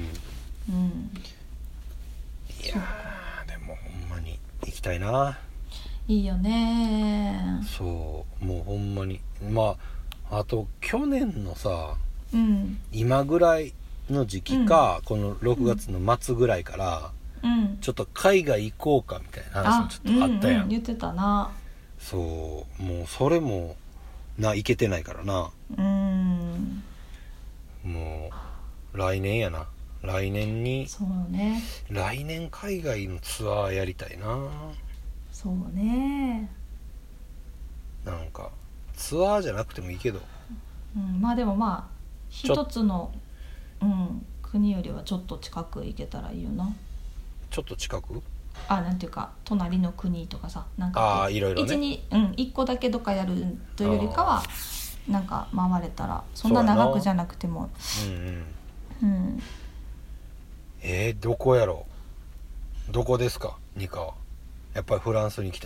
いやでもほんまに行きたいないいよねそうもうほんまにまああと去年のさ、うん、今ぐらいの時期か、うん、このろくがつの末ぐらいから、うん、ちょっと海外行こうかみたいな話もちょっとあったやん、うんうん、 言ってたなそうもうそれもな行けてないからなうんもう来年やな来年にそうね来年海外のツアーやりたいなそうねなんかツアーじゃなくてもいいけど、 うん、まあでもまあ一つの、うん、国よりはちょっと近く行けたらいいよなちょっと近くあなんていうか隣の国とかさなんかあいろいろねいち,、うん、いっこだけどっかやるというよりかはなんか回れたらそんな長くじゃなくてもうん、うんうん、えー、どこやろうどこですかニカはやっぱりフランスに行きた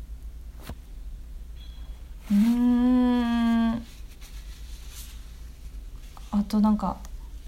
いうーんあとなんか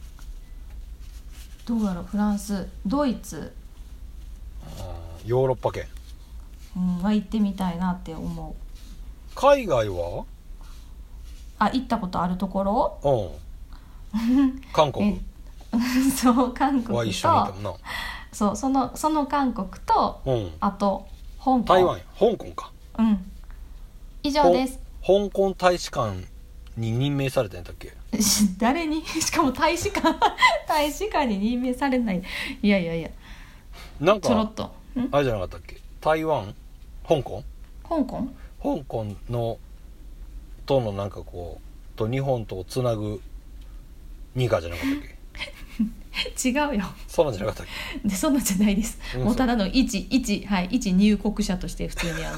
どうやろうフランスドイツヨーロッパ圏、 うん、は行ってみたいなって思う海外はあ行ったことあるところうん韓国そう韓国とは一緒に行ったもんなそうそのその韓国と、うん、あと香港台湾や香港かうん以上です香港大使館に任命されたんだっけ誰にしかも大使館大使館に任命されないいやいやいやなんかちょろっとあれじゃなかったっけ台湾香港香港香港のとのなんかこうと日本とをつなぐニカじゃなかったっけ違うよそんなんじゃなかったっけでそんなんじゃないです、うん、もうただの一一はい一入国者として普通にあの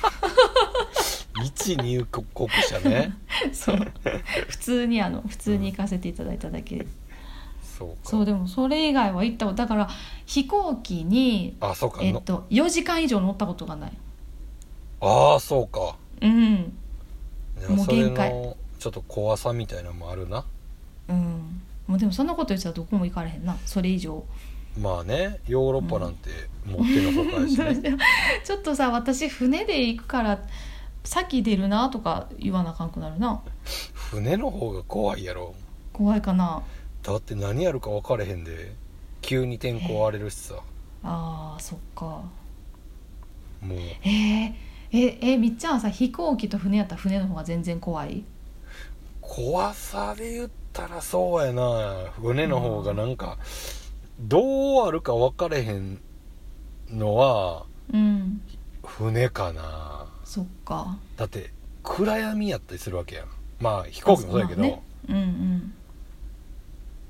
一入国者ねそう普通にあの普通に行かせていただいただけで、うん、そうかそうでもそれ以外は行っただから飛行機にあそうか、 えっと、よじかん以上乗ったことがないああそうかうんもう限界それのちょっと怖さみたいなのもあるなうんもうでもそんなこと言ってたらどこも行かれへんなそれ以上まあねヨーロッパなんて持ってのほかやしね、 うん、ちょっとさ私船で行くから先出るなとか言わなあかんくなるな船の方が怖いやろ怖いかなだって何やるか分かれへんで急に天候荒れるしさあーそっかもうえー、ええみっちゃんはさ飛行機と船やったら船の方が全然怖い怖さで言ったらそうやな船の方がなんかどうあるか分かれへんのは、うん、船かなそっかだって暗闇やったりするわけやんまあ飛行機もそうやけど、ねうんうん、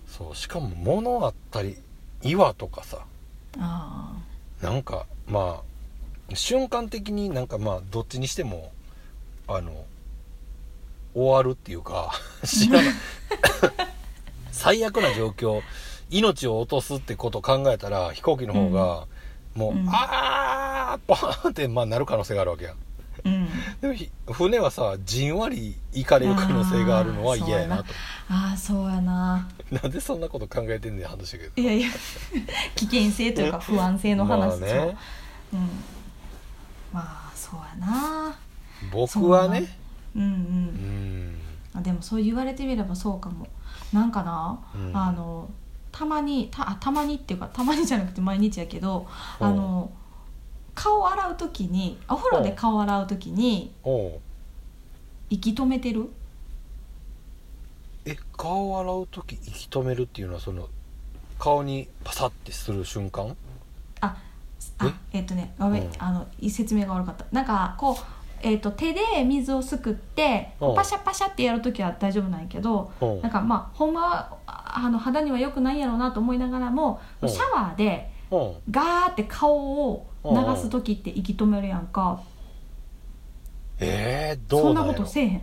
そうしかも物あったり岩とかさあなんかまあ瞬間的になんかまあどっちにしてもあの終わるっていうか知らない最悪な状況命を落とすってことを考えたら飛行機の方がもう、うん、あーポーンってまあなる可能性があるわけやん、うん、でも船はさじんわり行かれる可能性があるのは嫌やなと。 ああそうやな。 なんでそんなこと考えてんねん話だけど。 いやいや危険性というか不安性の話でしょ、まあね、うん、まあそうやな。 僕はねうんうん、うん、あでもそう言われてみればそうかも。なんかな、うん、あのたまに た, たまにっていうかたまにじゃなくて毎日やけど、あの顔洗うときにお風呂で顔洗うときに息止めてる？ え顔洗うとき息止めるっていうのはその顔にパサッてする瞬間？ ああえっ、ー、とねごめん、うん、あの説明が悪かった。なんかこうえー、と手で水をすくってパシャパシャってやるときは大丈夫なんやけど、なんかまあほんまはあの肌には良くないんやろうなと思いながらもシャワーでガーって顔を流すときって息止めるやんか。 えー、どうなんやろ。 そんなことせえへん。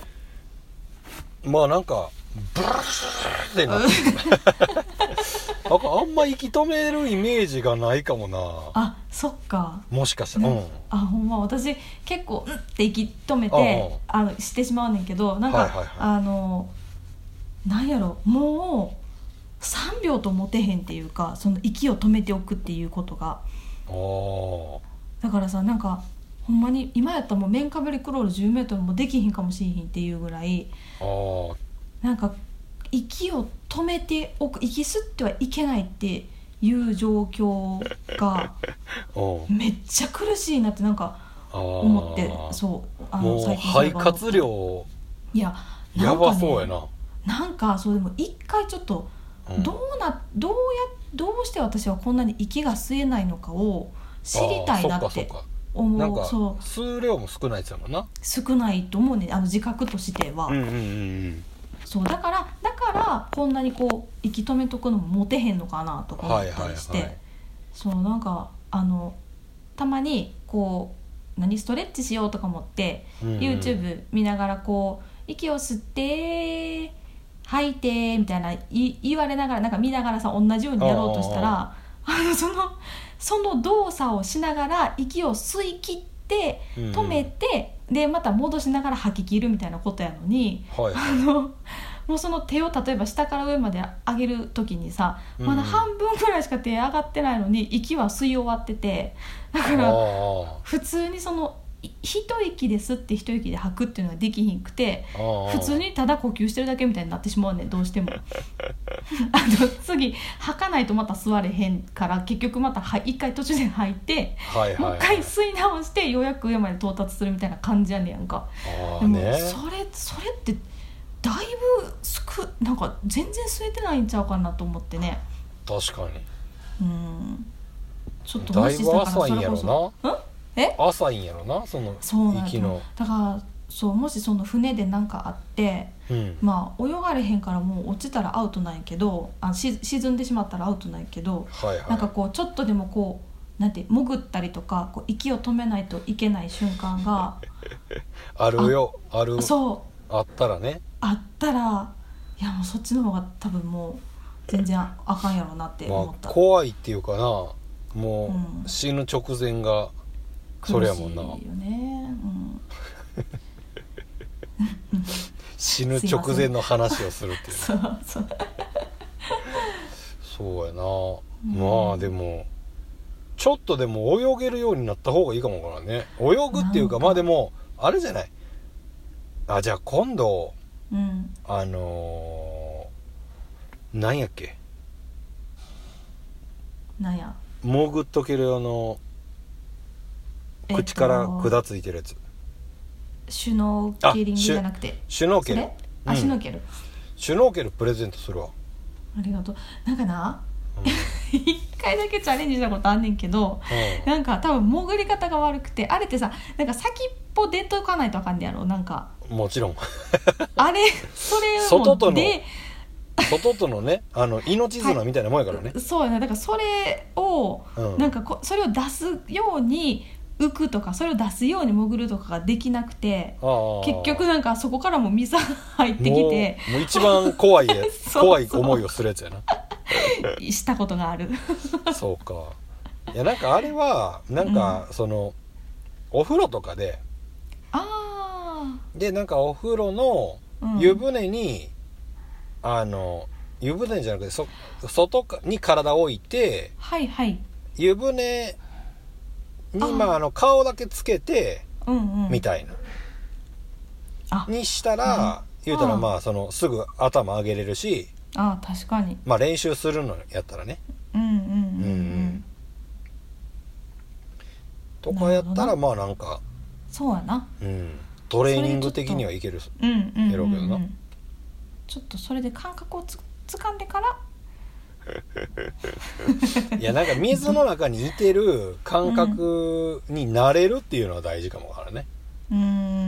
まあなんかブルーってなってなんかあんま息止めるイメージがないかもな。 あ、そっか。 もしかしたら、うん、 あ、ほんま私結構うんって息止めてあのしてしまうねんけど、なんか、はいはいはい、あのなんやろもうさんびょうと持てへんっていうか、その息を止めておくっていうことが。あだからさ、なんかほんまに今やったらもう面かぶりクロールじゅうメートルもできひんかもしれひんっていうぐらい、あなんか息を止めておく、息吸ってはいけないっていう状況がめっちゃ苦しいなってなんか思って、そうあの最近肺活量いややばそうやな。 なんかそうでも一回ちょっとどうな、どうやどうして私はこんなに息が吸えないのかを知りたいなって思う。 なんかそう数量も少ないですもんな。 少ないと思うね、あの自覚としては、うんうんうんうん、そうだからだからこんなにこう息止めとくのも持てへんのかなとか思ったりして、はいはいはい、そうなんかあのたまにこう何ストレッチしようとか思って、うんうん、YouTube 見ながらこう息を吸って吐いてみたいな言われながらなんか見ながらさ同じようにやろうとしたらあのそのその動作をしながら息を吸い切って止めて、うんうん、でまた戻しながら吐き切るみたいなことやのに、はいはい、あのもうその手を例えば下から上まで上げる時にさ、うん、まだ半分ぐらいしか手上がってないのに息は吸い終わってて、だから普通にその一息で吸って一息で吐くっていうのができひんくて、普通にただ呼吸してるだけみたいになってしまうねん、どうしてもあの次吐かないとまた吸われへんから結局また一回途中で吐いて、はいはいはい、もう一回吸い直してようやく上まで到達するみたいな感じやねんやんか。でもそれそれってだいぶすくなんか全然吸えてないんちゃうかなと思ってね。 確かに。 うんちょっとだいぶ浅いんやろな。 んえ浅いんやろな、その息の。 だからそうもしその船で何かあって、うん、まあ泳がれへんからもう落ちたらアウトなんやけど、あし沈んでしまったらアウトなんやけど、はいはい、なんかこうちょっとでもこうなんて潜ったりとかこう息を止めないといけない瞬間があるよ、ある。 そうあったらね。 あったらいやもうそっちの方が多分もう全然あかんやろうなって思った。 まあ、怖いっていうかな、もう死ぬ直前が、うんそれやもんな。苦しいよね、うん、死ぬ直前の話をするっていうそうそうそうやな、うん、まあでもちょっとでも泳げるようになった方がいいかもわからんね。泳ぐっていうかまあでもあれじゃない、あじゃあ今度、うん、あのー、なんやっけなんや潜っとける用の口から管ついてるやつ、 シュノーケリングじゃなくてシュノーケル、 あ、うん、シュノーケルシュノーケルプレゼントするわ。 ありがとう。なんかな、うん、一回だけチャレンジしたことあんねんけど、うん、なんか多分潜り方が悪くて、あれってさなんか先っぽ出とかないとあかんねやろ、なんかもちろんあれそれを外とので外とのねあの命綱みたいなもんやからね、 はい、そうやね。だからそれを、うん、なんかこそれを出すように浮くとかそれを出すように潜るとかができなくて、結局なんかそこからも水が入ってきてもう、もう一番怖いや怖い思いをするやつやなしたことがあるそうか。いやなんかあれはなんか、うん、そのお風呂とかであでなんかお風呂の湯船に、うん、あの湯船じゃなくてそ外に体を置いて、 はいはい、 湯船にあ、まあ、あの顔だけつけて、 うんうん、 みたいなにしたら、うん、言うたらまあそのすぐ頭上げれるし、 あ確かに、 まあ練習するのやったらね、 うんうんうんうん、うん、 とかやったらまあなんかそうやな、 うん、トレーニング的にはいけるやろうけどな、 ちょっとそれで感覚をつ掴んでからいやなんか水の中にいてる感覚に慣れるっていうのは大事かもからね、 うん、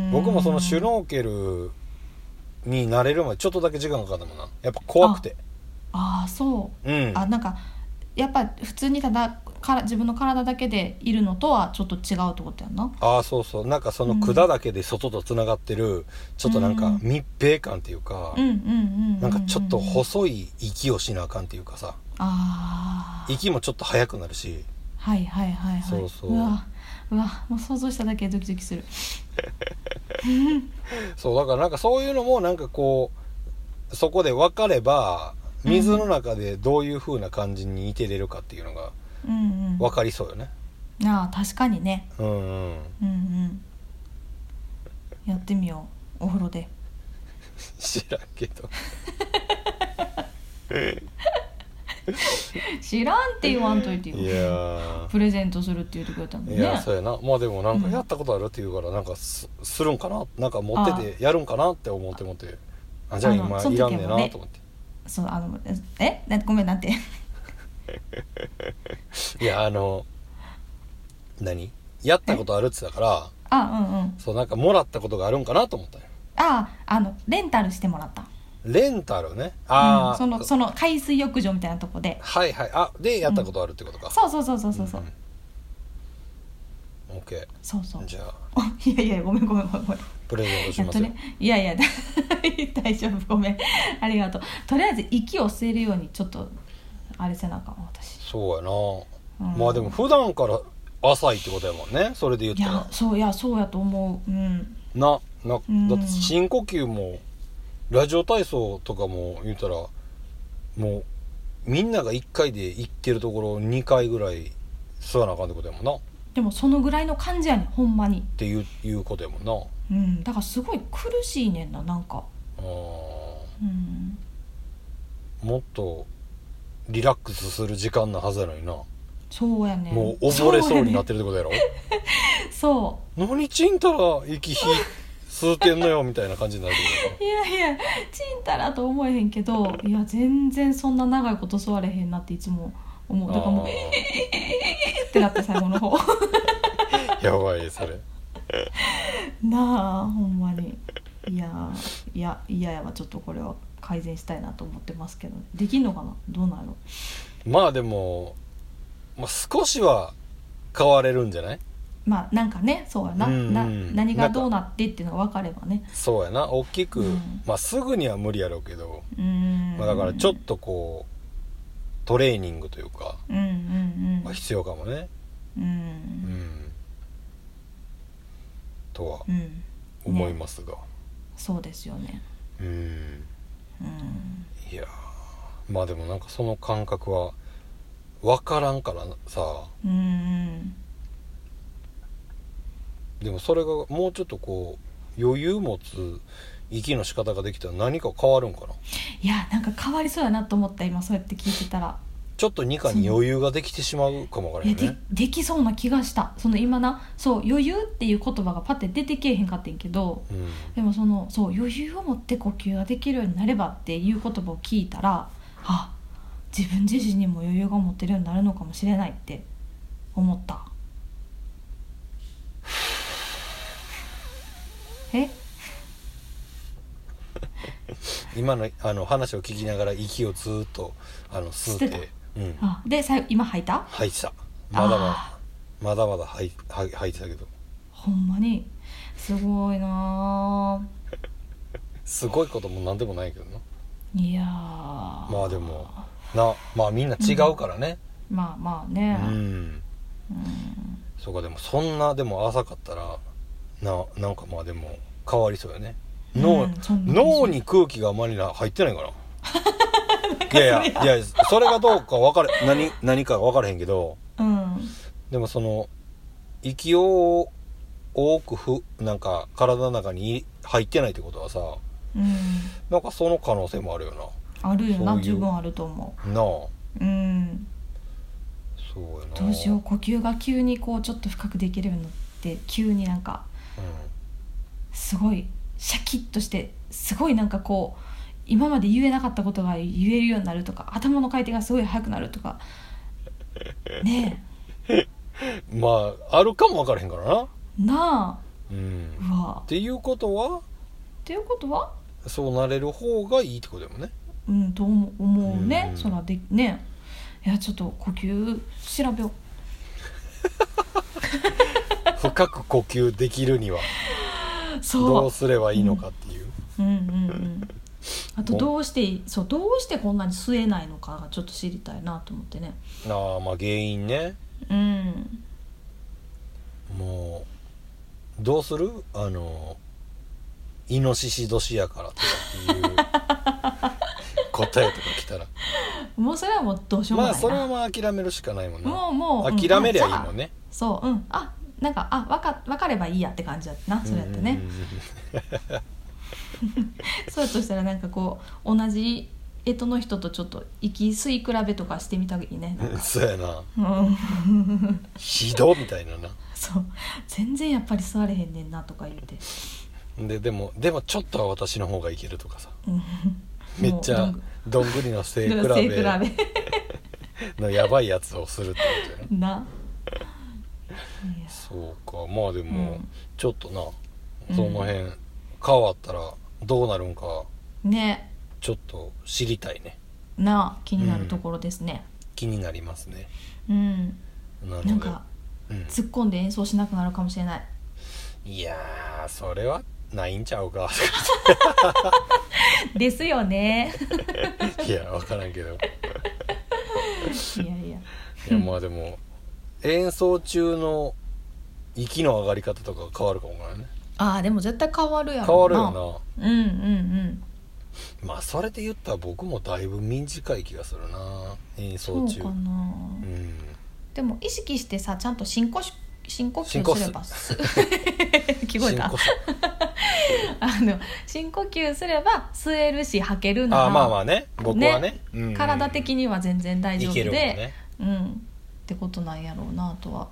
僕もそのシュノーケルに慣れるまでちょっとだけ時間かかったもんな。やっぱ怖くて。 ああそう、 うん、 あなんかやっぱ普通にただから自分の体だけでいるのとはちょっと違うってことやんな。 ああそうそう、なんかその管だけで外とつながってる、うん、ちょっとなんか密閉感っていうか、なんかちょっと細い息をしなあかんっていうかさ、 あ息もちょっと速くなるし、 はいはいはいはい、 そうそう、 うわうわもう想像しただけでドキドキするそうだからなんかそういうのもなんかこうそこで分かれば水の中でどういう風な感じにいてれるかっていうのが分かりそうよね、 うんうん、ああ確かにね、 うんうん、 うんうんやってみようお風呂で知らんけど知らんって言わんといてよ。 いやプレゼントするって言ってくれたもんね。 いやそうやな。まあでもなんかやったことあるって言うから、うん、なんか す, するんかな、なんか持っててやるんかなって思って思ってあじゃあ今いらんねんなと思って、 そうあのえなごめんなんていやあの何やったことあるって言ったからあうんうんそうなんかもらったことがあるんかなと思ったよ。 ああのレンタルしてもらった。 レンタルね、あ、 うん、そのその海水浴場みたいなとこで、 はいはい、あでやったことあるってことか、 うん、そうそうそうそうそうそう、 うん、OK そうそうじゃあいやいやごめんごめんごめんプレゼントしますよ。 いやいや大丈夫ごめんありがとう。とりあえず息を吸えるようにちょっとあれせなあかん私。 そうやな、うん、まあでも普段から浅いってことやもんねそれで言ったら。 いやそういやそうやと思う、うん、 ななだって深呼吸もラジオ体操とかも言うたらもうみんながいっかいで行ってるところにかいぐらい吸わなあかんってことやもんな。 でもそのぐらいの感じやねんほんまにっていう、いうことやもんな。 うんだからすごい苦しいねんななんか。 あ、 うん、 もっとリラックスする時間なはずやのにな。 そうやねんもう溺れそうになってるってことやろ。 そう、 ね、何ちんたら息ひ吸うてんのよみたいな感じになるいやいやちんたらと思えへんけどいや全然そんな長いこと座れへんなっていつも思う。だからもうってなって最後の方やばいそれなあほんまにいやいやいややわ。ちょっとこれは改善したいなと思ってますけどできんのかなどうなの。 まあでも、まあ、少しは変われるんじゃない。 まあなんかねそうやな、うんうん、な何がどうなってっていうのが分かればね。 そうやな大きく、うん、まあすぐには無理やろうけど、 うん、 まあ、だからちょっとこうトレーニングというか、 うんうんうんまあ、必要かもね、 うんうん、 とは思いますが、 ね、そうですよね。 うん、うん、いやまあでもなんかその感覚は分からんからさ、 うんうんでもそれがもうちょっとこう余裕持つ息の仕方ができたら何か変わるんかな。 いやなんか変わりそうやなと思った今そうやって聞いてたら。 ちょっとニカに余裕ができてしまうかもわからへんね。 で, できそうな気がした。その今なそう余裕っていう言葉がパッて出てけえへんかってんけど、 うん、 でもそのそう余裕を持って呼吸ができるようになればっていう言葉を聞いたらあ自分自身にも余裕が持ってるようになるのかもしれないって思った。え今のあの話を聞きながら息をずっとあの吸って、 うん、あでさ今吐いた吐いてたまだまだまだまだ吐い、吐いてたけどほんまにすごいなすごいこともなんでもないけどないやまあでもなまあみんな違うからね、 うん、まあまあねうん、うん、そうかでもそんなでも浅かったらななんかまあでも変わりそうよね脳、うん、脳に空気があまり入ってないかないやいやいやそれがどうか分かれ何何か分からへんけど、うん、でもその息を多くふなんか体の中に入ってないってことはさ、うん、なんかその可能性もあるよなあるよな十分あると思うなあうんそうやなどうしよう呼吸が急にこうちょっと深くできるようになって急になんか、うん、すごいシャキッとしてすごいなんかこう今まで言えなかったことが言えるようになるとか頭の回転がすごい速くなるとかねえまああるかも分からへんからななあ、 うん、うわっていうことはっていうことはそうなれる方がいいってことだもんねうんと思うね、うん、そらでねいやちょっと呼吸調べよう深く呼吸できるにはどうすればいいのかっていう、うん、うんうんうんあとどうしてそうどうしてこんなに吸えないのかがちょっと知りたいなと思ってねああまあ原因ねうんもうどうするあのイノシシ年やからとかっていう答えとか来たらもうそれはもうどうしようもないなまあそれはまあ諦めるしかないもんねもうもう諦めりゃいいもんね、 うん、そううんあなんかあ分か、分かればいいやって感じだったなそれやってねそうとしたらなんかこう同じ干支の人とちょっと息吸い比べとかしてみたいねそうやなひどみたいななそう全然やっぱり吸われへんねんなとか言ってででもでもちょっとは私の方がいけるとかさめっちゃどんぐりの背比べのやばいやつをするってことやななそうかまあでも、うん、ちょっとなその辺、うん、変わったらどうなるんかねちょっと知りたいねな気になるところですね、 うん、気になりますねうんなのでなんか、うん、突っ込んで演奏しなくなるかもしれないいやーそれはないんちゃうかですよねいや分からんけどいやいやいやまあでも演奏中の息の上がり方とか変わるかもねああでも絶対変わるやろ変わるよなうんうんうんまあそれで言ったら僕もだいぶ短い気がするな演奏中そうかな、うん、でも意識してさちゃんと深呼吸深呼吸すれば聞こえたあの深呼吸すれば吸えるし吐けるならあまあまあね僕はね、ねうんうん、体的には全然大丈夫で、ねうん、ってことなんやろうなとは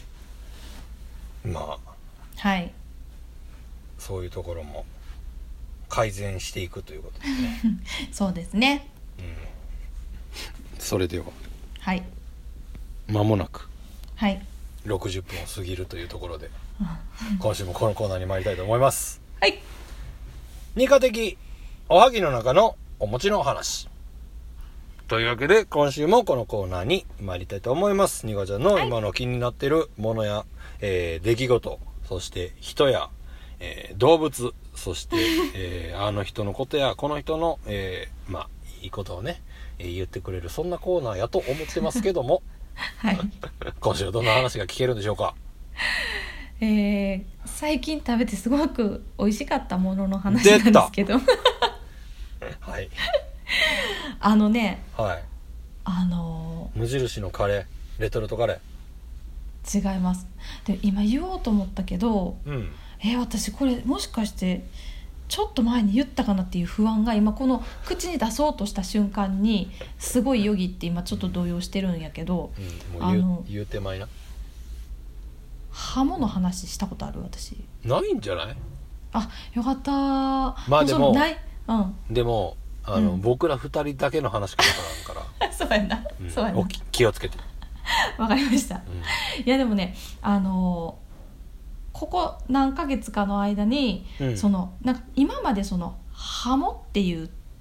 まあはいそういうところも改善していくということですねそうですね、うん、 それでははい間もなくはいろくじゅっぷんを過ぎるというところで今週もこのコーナーに参りたいと思いますはい二課的おはぎの中のお餅の話というわけで今週もこのコーナーに参りたいと思います。ニカちゃんの今の気になっているものや、はいえー、出来事そして人や、えー、動物そして、えー、あの人のことやこの人の、えー、まあいいことをね、えー、言ってくれるそんなコーナーやと思ってますけども、 はい、 今週はどんな話が聞けるんでしょうか。 えー、最近食べてすごく美味しかったものの話なんですけどはいあのね、 はい、 あのー、無印のカレーレトルトカレー違います。で今言おうと思ったけど、うん、えー、私これもしかしてちょっと前に言ったかなっていう不安が今この口に出そうとした瞬間にすごいよぎって今ちょっと動揺してるんやけど、 うん、もう言う、あの言うてまいなハモの話したことある私ないんじゃない。 あよかったまあでもない、うん、 でもあの、うん、僕らふたりだけの話か分からんからそうやな、うん、そうやな気をつけてわかりました、うん、いやでもねあのここ何ヶ月かの間に、うん、そのなんか今までそのハモっていう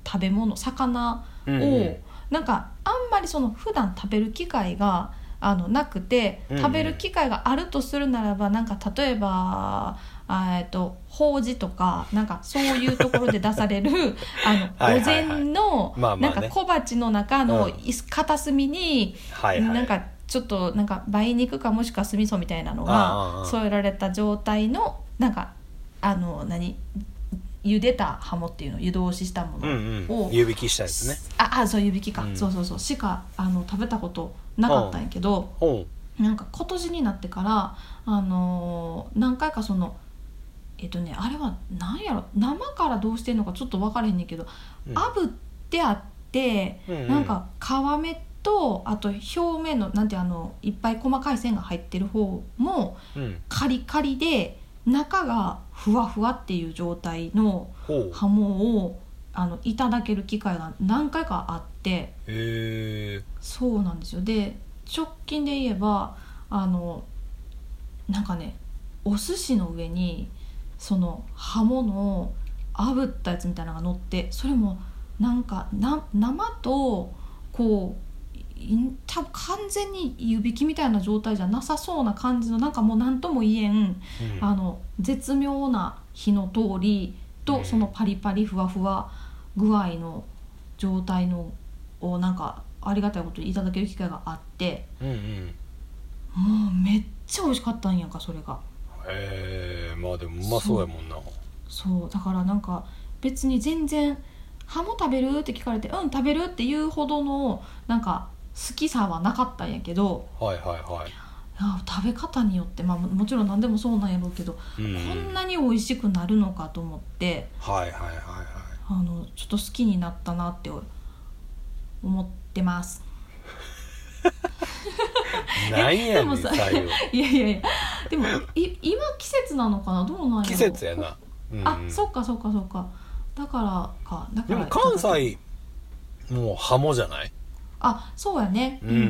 食べ物魚を、 うんうん、なんかあんまりその普段食べる機会があのなくて、食べる機会があるとするならば、なんか例えばえっと法事とかなんかそういうところで出されるあのお膳のなんか小鉢の中の片隅になんかちょっとなんか梅肉かもしくは酢味噌みたいなのが添えられた状態のなんかあの何茹でたハモっていうの湯通ししたものを、うんうん、湯引きしたやつね。 ああそう湯引きか、うん、そうそうそうしかあの食べたことなかったんやけど、うん、なんか今年になってからあのー、何回かそのえっとねあれは何やろ生からどうしてんのかちょっと分からへんねんけど、うん、炙ってあって、うんうん、なんか皮目とあと表面のなんてあのいっぱい細かい線が入ってる方もカリカリで、中がふわふわっていう状態のハモをあのいただける機会が何回かあって、 へー、 そうなんですよ。で直近で言えばあのなんかねお寿司の上にそのハモの炙ったやつみたいなのが乗って、それもなんかな生とこう多分完全に湯引きみたいな状態じゃなさそうな感じのなんかもう何とも言えん、うん、あの絶妙な火の通りとそのパリパリふわふわ具合の状態のをなんかありがたいことにいただける機会があって、うんうん、もうめっちゃ美味しかったんやんかそれが。 へえ、まあでもうまそうやもんな。 そう、そうだからなんか別に全然ハモ食べるって聞かれてうん食べるっていうほどのなんか好きさはなかったんやけど、 はいはいはい、 いや食べ方によって、まあ、もちろん何でもそうなんやろうけど、うん、こんなに美味しくなるのかと思って、 はいはいはいはい、 あのちょっと好きになったなって思ってますなんやねん最後いやいやいやでもい今季節なのかなどうなんやろう。 季節やな、 うんうん、あそっかそっかそっかだからかだから。 でも関西もうハモじゃない。 あ、そうやね、うんうんうん、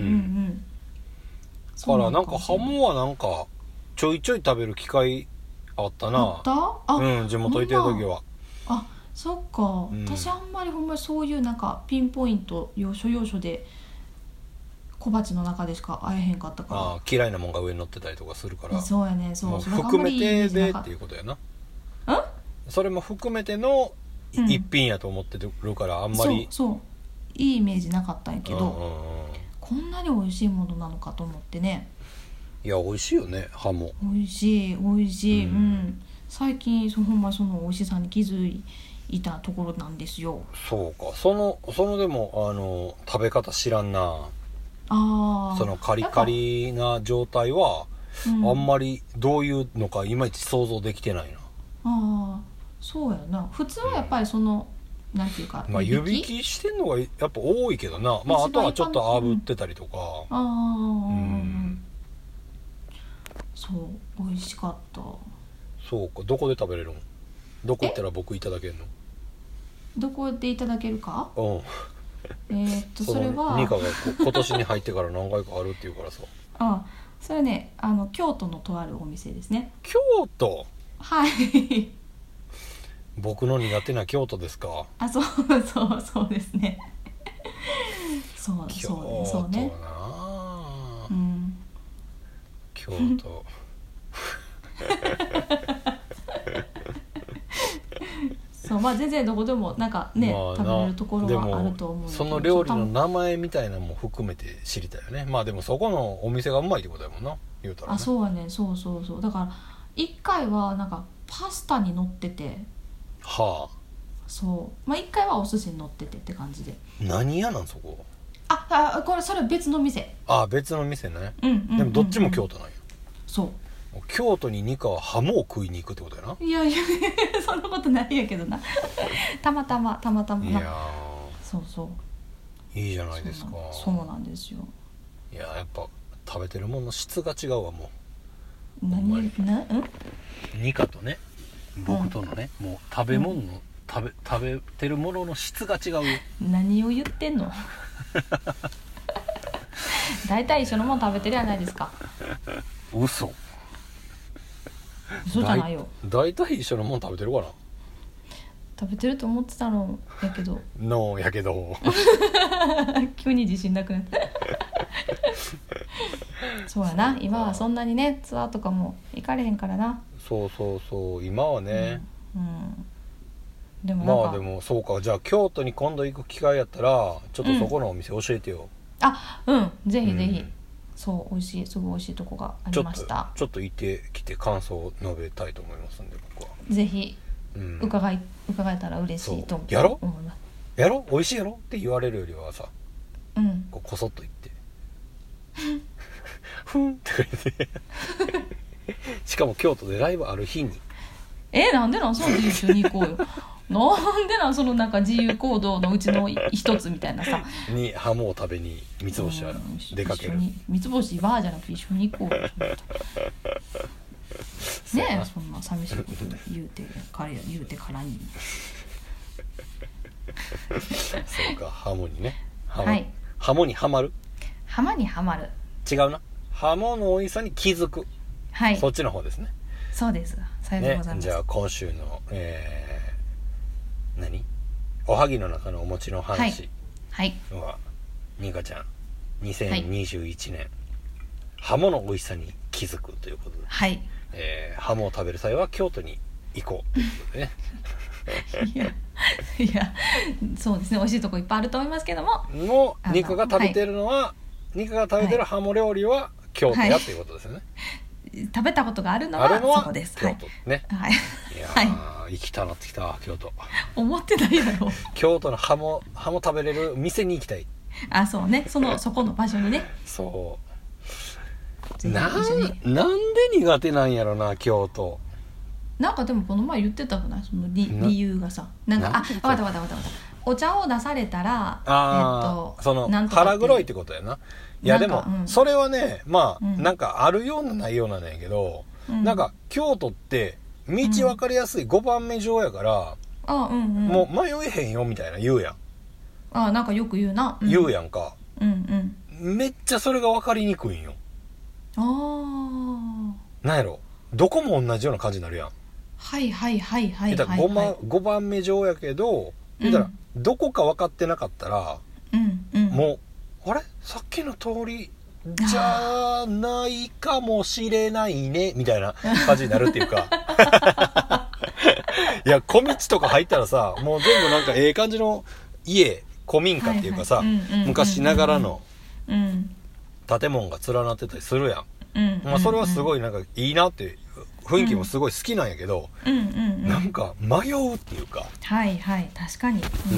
だからなんかハモはなんかちょいちょい食べる機会あったな。 あった？あ、 うん、地元行ってる時は。 あ、そっか、うん、私あんまりほんまにそういうなんかピンポイント要所要所で小鉢の中でしか会えへんかったから。 あ、嫌いなもんが上に乗ってたりとかするから。 そうやね、そう、 それ含めてでっていうことやな。 ん？ それも含めての一品やと思ってるから、うん、あんまりそうそういいイメージなかったんやけど、うんうんうん、こんなに美味しいものなのかと思ってね。 いや美味しいよねハモ。 美味しい美味しい、うんうん、最近そのほんまその美味しさに気づいたところなんですよ。 そうか、そのそのでもあの食べ方知らんな。 あ、 そのカリカリな状態は、うん、あんまりどういうのかいまいち想像できてないな。 あ、そうやな。普通はやっぱりその、うん、なんていうか、 まあ、湯引きしてんのがやっぱ多いけどな。まああとはちょっと炙ってたりとか、うん、ああ、うん、 そう美味しかった。 そうか、どこで食べれるの？どこ行ったら僕いただけるの？ どこでいただけるか？ うん。 えー、っとそれはニカが今年に入ってから何回かあるっていうからさ。 あ、それね、あの京都のとあるお店ですね。 京都？ はい僕の苦手な京都ですか？ あ、そうそうそうですねそう京都な、 そうね、うん、 京都そう、まあ全然どこでもなんかね、まあ、食べれるところはあると思うけど、 その料理の名前みたいなのも含めて知りたいよね。まあでもそこのお店がうまいってことだもんな、言うたら、ね、 あ、そうはね、そうそうそう。だからいっかいはなんかパスタに乗ってて、 はあ、 そう、まあいっかいはお寿司に乗っててって感じで。 何屋なんそこ？ ああ、これそれ別の店。 あ、別の店ね、 うんうんうんうん、 でもどっちも京都なんや。 そう京都にニカはハモを食いに行くってことやな。 いやいやそんなことないやけどなたまたまたまたまな。いやそうそういいじゃないですか。 そうなんですよ。 いややっぱ食べてるものの質が違うわ。もう何な、んニカとね僕とのね、うん、もう食べ物の、うん、食べ食べてるものの質が違うよ。 何を言ってんの大体一緒のもの食べてるやないですか。 嘘嘘じゃないよ。 だいたい一緒のもの食べてるかな。 食べてると思ってたのやけどのやけど急に自信なくなったそうやな、今はそんなにねツアーとかも行かれへんからな。 そうそうそう今はね、 うん、うん、でもなんかまあでもそうか、じゃあ京都に今度行く機会やったらちょっとそこのお店教えてよ、うん、 あうんぜひぜひ、うん、そう美味しいすごい美味しいとこがありました。 ちょっと行ってきて感想を述べたいと思いますんで僕はぜひ、うん、伺い伺えたら嬉しいと思います。 やろやろ美味しいやろって言われるよりはさ、 うん、 こうこそっと言ってふんって言ってしかも京都でライブある日にえなんでなんその一緒に行こうよなんでなんそのなんか自由行動のうちの一つみたいなさにハモを食べに三つ星は出かける、 三つ星バーじゃなくて一緒に行こうよねえそんな寂しいこと言うて彼言うてからにそうかハモにねハモ、 はい、 ハモにハマるハマにハマる違うなハモの美味しさに気づく、 はい、 そっちの方ですね。 そうですさようでございます、 ね、じゃあ今週の、えー、何おはぎの中のお餅の話はニカちゃんにせんにじゅういちねん、はい、ハモの美味しさに気づくということで、 はいえー、ハモを食べる際は京都に行こうということでねいやいやそうですね美味しいとこいっぱいあると思いますけどももうニカが食べてるのは、はい、ニカが食べてるハモ料理は京都やっていうことですよね、 はい、食べたことがあるのはそこです。 京都ね、 はい、 いやー、はい、行きたなってきた京都。 思ってないやろ。 京都のハモハモ食べれる店に行きたい。 あ、そうね、そのそこの場所にね。 そう。なんなんで苦手なんやろな京都。 なんかでもこの前言ってたくないその 理, 理由がさ、なんかあ、わかったわかったわかった。お茶を出されたら、 あ、えっとその腹黒いってことやな。いやでも、うん、それはねまあ、うん、なんかあるようなないようななんやけど、うん、なんか京都って道分かりやすいごばんめ上やから、 うんうんうん、 もう迷えへんよみたいな言うやん。 あ、なんかよく言うな、 うん、言うやんか、 うんうん、めっちゃそれが分かりにくいんよ。 あなんやろどこも同じような感じになるやん。 はいはいはいはいはい、はい、 ご, まごばんめ上やけど言ったら、うん、どこか分かってなかったら、 うんうん、 もうあれさっきの通りじゃないかもしれないねみたいな感じになるっていうかいや小道とか入ったらさもう全部なんかええ感じの家古民家っていうかさ、昔ながらの建物が連なってたりするやん、うんまあ、それはすごいなんかいいなって雰囲気もすごい好きなんやけど、 うんうんうん、 なんか迷うっていうか、 はいはい確かに、 うん、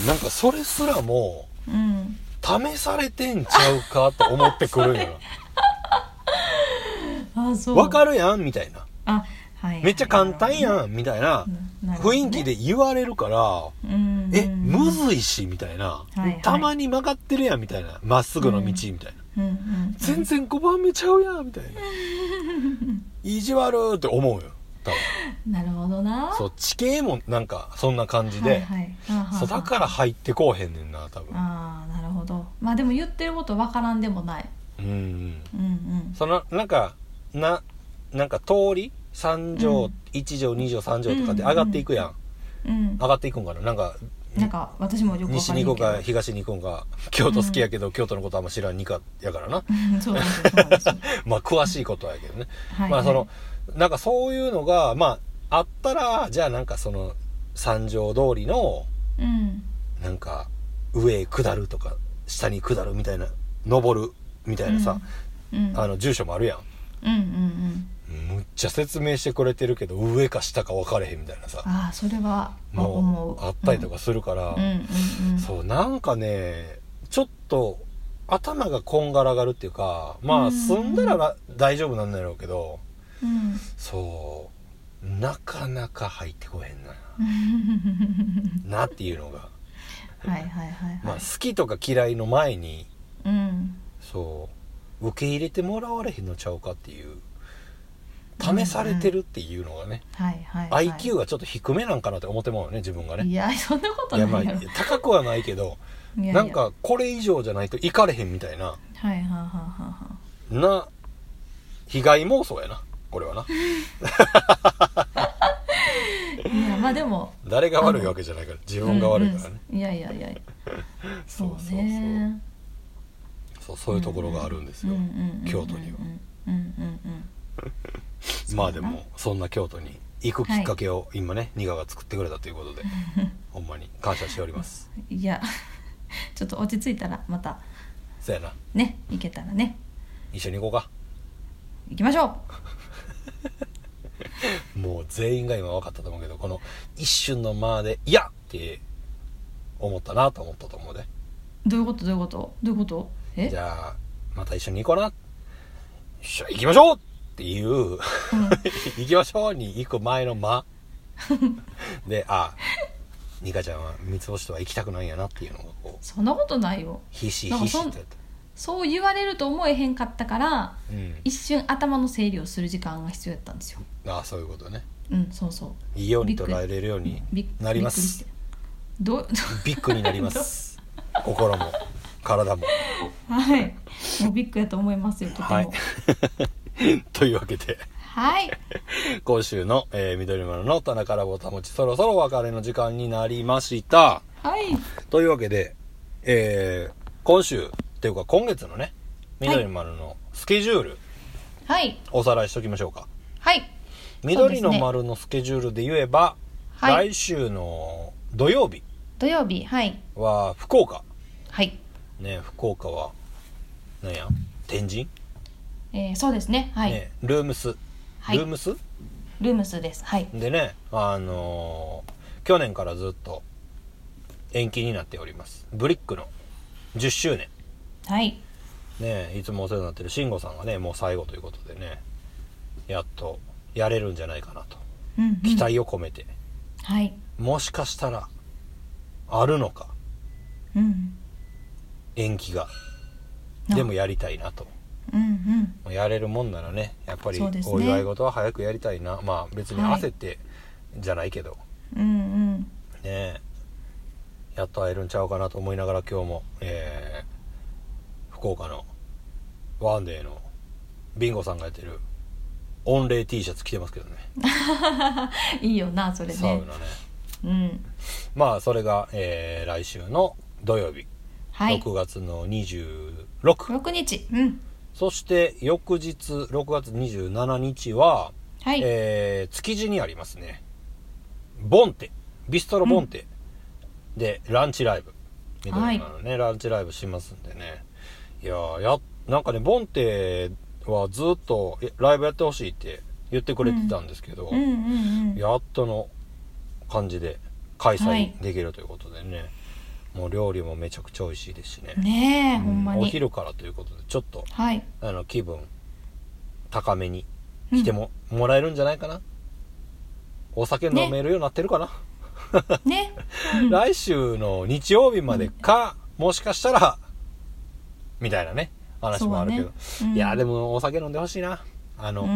なんかそれすらも、 うん試されてんちゃうかと思ってくるんやあ、そうわかるやんみたいな、 あ、はいはい、 めっちゃ簡単やんみたいな雰囲気で言われるから、 ね、 えむずいしみたいな、はいはい、たまに曲がってるやんみたいなまっすぐの道みたいな、 うんうんうん、 全然ごばんめちゃうやんみたいな意地悪って思うよ多分。なるほどな。 そう地形もなんかそんな感じで、はいはい、はははそうだから入ってこうへんねんな多分。 ああなるほど。まあでも言ってることわからんでもない。 うんうん。うんうん。 そのなんかななんか通りさん条、うん、いち条に条さん条とかで上がっていくやん。 うん、うん、 上がっていくんかななんか。 なんか私もよくわかんないけど。 西に行こうか東に行こうか京都好きやけど、うん、京都のことあんま知らんにかやからな。 うん、そうですそうです。 まあ詳しいことやけどね。 はい、 まあそのなんかそういうのがまああったらじゃあなんかその三条通りの、 うん、なんか上へ下るとか下に下るみたいな登るみたいなさ、 うんうん、 あの住所もあるやん。 うんうんうん。むっちゃ説明してくれてるけど上か下か分かれへんみたいなさ。 ああそれはもう思うあったりとかするから、 うんうんうんうん、 そうなんかねちょっと頭がこんがらがるっていうかまあ住んだら大丈夫なんだろうけど、 うん、 そうなかなか入ってこへんななっていうのがはいはいはい、はい、 まあ好きとか嫌いの前に、 うん、 そう受け入れてもらわれへんのちゃうかっていう試されてるっていうのがね、 うんうんはいはいはい、 アイキュー がちょっと低めなんかなって思ってもうよね自分がね。 いやそんなことないやろ。いや、まあ、 高くはないけどいやいやなんかこれ以上じゃないといかれへんみたいな、 はいはいはいはいな被害妄想やなこれはな。 いやまあでも誰が悪いわけじゃないから自分が悪いからね、 うんうん、いやいやいやそうそうねそうそういうところがあるんですよ、京都には。まあでもそんな京都に行くきっかけを今ね、ニガが作ってくれたということでほんまに感謝しております。 いやちょっと落ち着いたらまたそうやなね、行けたらね一緒に行こうか。 行きましょうもう全員が今分かったと思うけど、この一瞬の間でいやって思ったなと思ったと思うで。 どういうことどういうことどういうことえじゃあまた一緒に行こうな、一緒に行きましょうっていう、うん、行きましょうに行く前の間で、あ、ニカちゃんは三つ星とは行きたくないんやなっていうのがこう、 そんなことないよ、 ひしひしとやった。 そう言われると思えへんかったから、 うん、 一瞬頭の整理をする時間が必要やったんですよ。 ああ、そういうことね。 うん、そうそう、 いいように捉えれるようになります。 どうビッグになります心も体も。 はい、もうビッグやと思いますよ、とても。はいというわけで、 はい、 今週の、えー、緑丸の棚からぼたもち、そろそろお別れの時間になりました。 はい。 というわけで、えー、今週っていうか今月のね、緑丸のスケジュール、 はい、 おさらいしときましょうか。 はい。 緑の丸のスケジュールで言えば、 はい、 来週の土曜日土曜日、はい、 は福岡。 はいね、福岡は何や、天神、 えー、そうですね、はい、 ね、ルームス、 はい、 ルームスルームスです。はい。 でね、あのー、去年からずっと延期になっておりますブリックのじゅっしゅうねん、 はいね、いつもお世話になってる慎吾さんがね、もう最後ということでね、やっとやれるんじゃないかなと、うんうん、期待を込めて、 はい、 もしかしたらあるのか、 うん、 延期がでもやりたいなと、うんうん、やれるもんならね、やっぱりお祝い事は早くやりたいな、ね、まあ別に焦ってじゃないけど、はい、うんうん、ね、やっと会えるんちゃうかなと思いながら、今日も、えー、福岡のワンデーのビンゴさんがやってる御礼 T シャツ着てますけどねいいよなそれね、 サウナね、うん、まあそれが、えー、来週の土曜日、はい、ろくがつのにじゅうろくにち、うん、 そして翌日ろくがつにじゅうしちにちは、はい、えー、築地にありますね、ボンテビストロボンテでランチライブ、緑のね、はい、ランチライブしますんでね、いややなんかね、ボンテはずっとライブやってほしいって言ってくれてたんですけど、うんうんうんうん、やっとの感じで開催できるということでね、はい、もう料理もめちゃくちゃ美味しいですしね、 ねえ、 うん、 ほんまにお昼からということでちょっと、 はい、 あの気分高めに来ても、うん、もらえるんじゃないかな、お酒飲めるようになってるかな、ねね、うん、来週の日曜日までか、うん、もしかしたらみたいなね話もあるけど、ね、うん、いやでもお酒飲んでほしいな、あの、うん、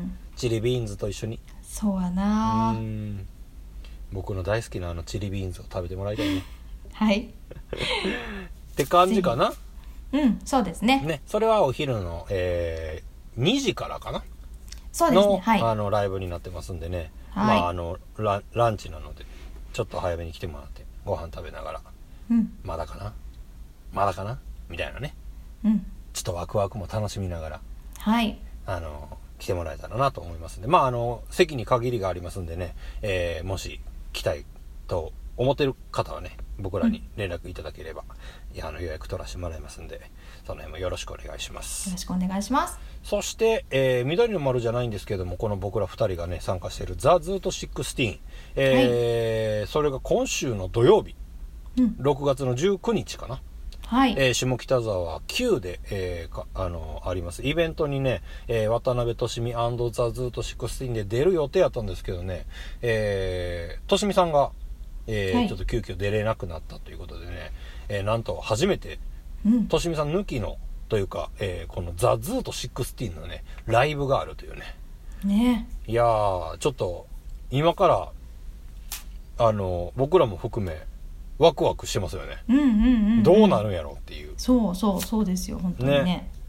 チリビーンズと一緒に。 そうやな、 うん、僕の大好きなあのチリビーンズを食べてもらいたいねはいって感じかな。 うん、そうですね。 ね、それはお昼の、えー、にじからかな、 そうですね、 の、 はい、 あのライブになってますんでね、はい、まああの ラ, ランチなのでちょっと早めに来てもらってご飯食べながら、うん、まだかなまだかなみたいなね、うん、ちょっとワクワクも楽しみながら、 はい、 あの来てもらえたらなと思いますんで、まああの席に限りがありますんでね、えー、もし来たいと思ってる方はね、僕らに連絡いただければ、うん、いやあの予約取らせてもらいますんで、その辺もよろしくお願いします。 よろしくお願いします。 そして、えー、緑の丸じゃないんですけども、この僕らふたりがね参加しているザ・ズートじゅうろく、えーはい、それが今週の土曜日、うん、ろくがつのじゅうくにちかな、はい、えー、下北沢きゅうで、えー、かあのありますイベントにね、えー、渡辺俊美&ザ・ズートじゅうろくで出る予定やったんですけどね、えー、俊美さんが、えーはい、ちょっと急遽出れなくなったということでね、えー、なんと初めて俊美、うん、さん抜きのというか、えー、このザ・ズートじゅうろくのねライブがあるというね。 ね、 いやーちょっと今からあの僕らも含めワクワクしてますよね、 うんうんうんうん、 どうなるんやろうっていう。 そうそうそうですよ本当にね。ね、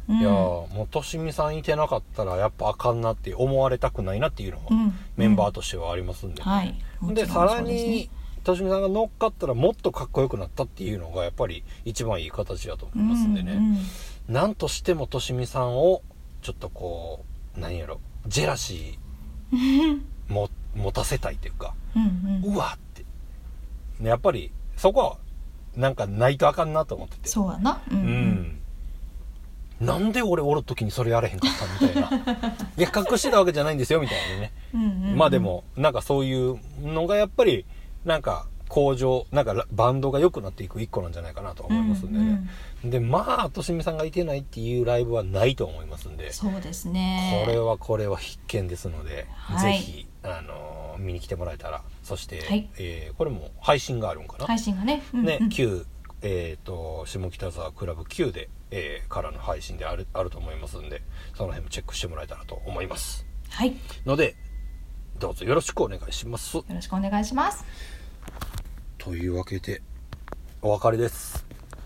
うん、 いやもうとしみさんいてなかったらやっぱあかんなって思われたくないなっていうのも、うん、メンバーとしてはありますんで、ね、 はい、 でさらにとしみさんが乗っかったらもっとかっこよくなったっていうのがやっぱり一番いい形だと思いますんでね、うんうん、なんとしてもとしみさんをちょっとこう何やろジェラシーも持たせたいというか、うんうん、うわって、ね、やっぱりそこはなんかないとあかんなと思ってて、 そうやな、うんうんうん、なんで俺おる時にそれやれへんかったみたいないや隠してたわけじゃないんですよみたいなねうんうん、うん、まあでもなんかそういうのがやっぱりなんか向上なんかバンドが良くなっていく一個なんじゃないかなと思いますんでね、うんうん、でまあとしみさんがいてないっていうライブはないと思いますんで、 そうですね、 これはこれは必見ですので、はい、ぜひあのー、見に来てもらえたら、そして、はい、えー、これも配信があるんかな、 配信がね、 うんうん、ね旧、えー、と下北沢クラブきゅうで、えー、からの配信である、あると思いますんで、その辺もチェックしてもらえたらと思います、 はい、 のでどうぞよろしくお願いします。 よろしくお願いします。 というわけでお別れです。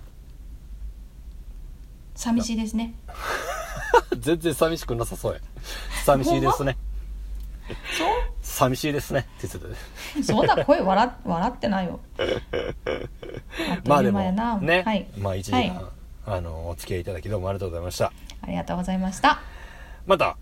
寂しいですね全然寂しくなさそうや。寂しいですね。 そう寂しいですねって言ってたそうだ、声笑笑ってないよまあでもね、 はい、 まあいちじかん、はい、あのお付き合いいただきどうもありがとうございました。 ありがとうございました。 また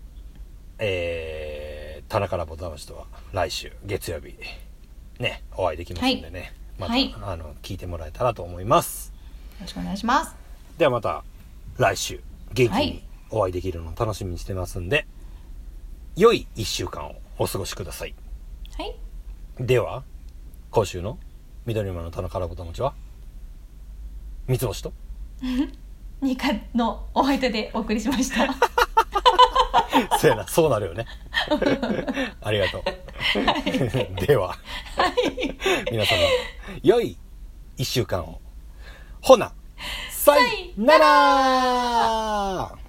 えー、田中らぼたまちとは来週月曜日ねお会いできますんでね、はい、また、はい、あの聞いてもらえたらと思います。 よろしくお願いします。 ではまた来週元気にお会いできるのを楽しみにしてますんで、はい、良いいっしゅうかんをお過ごしください。 はい。 では今週の緑馬の田中らぼたもちは三つ星とニカのお相手でお送りしましたそうやな、そうなるよねありがとう、はい、では、はい、皆様良いいっしゅうかんを。ほなさいなら。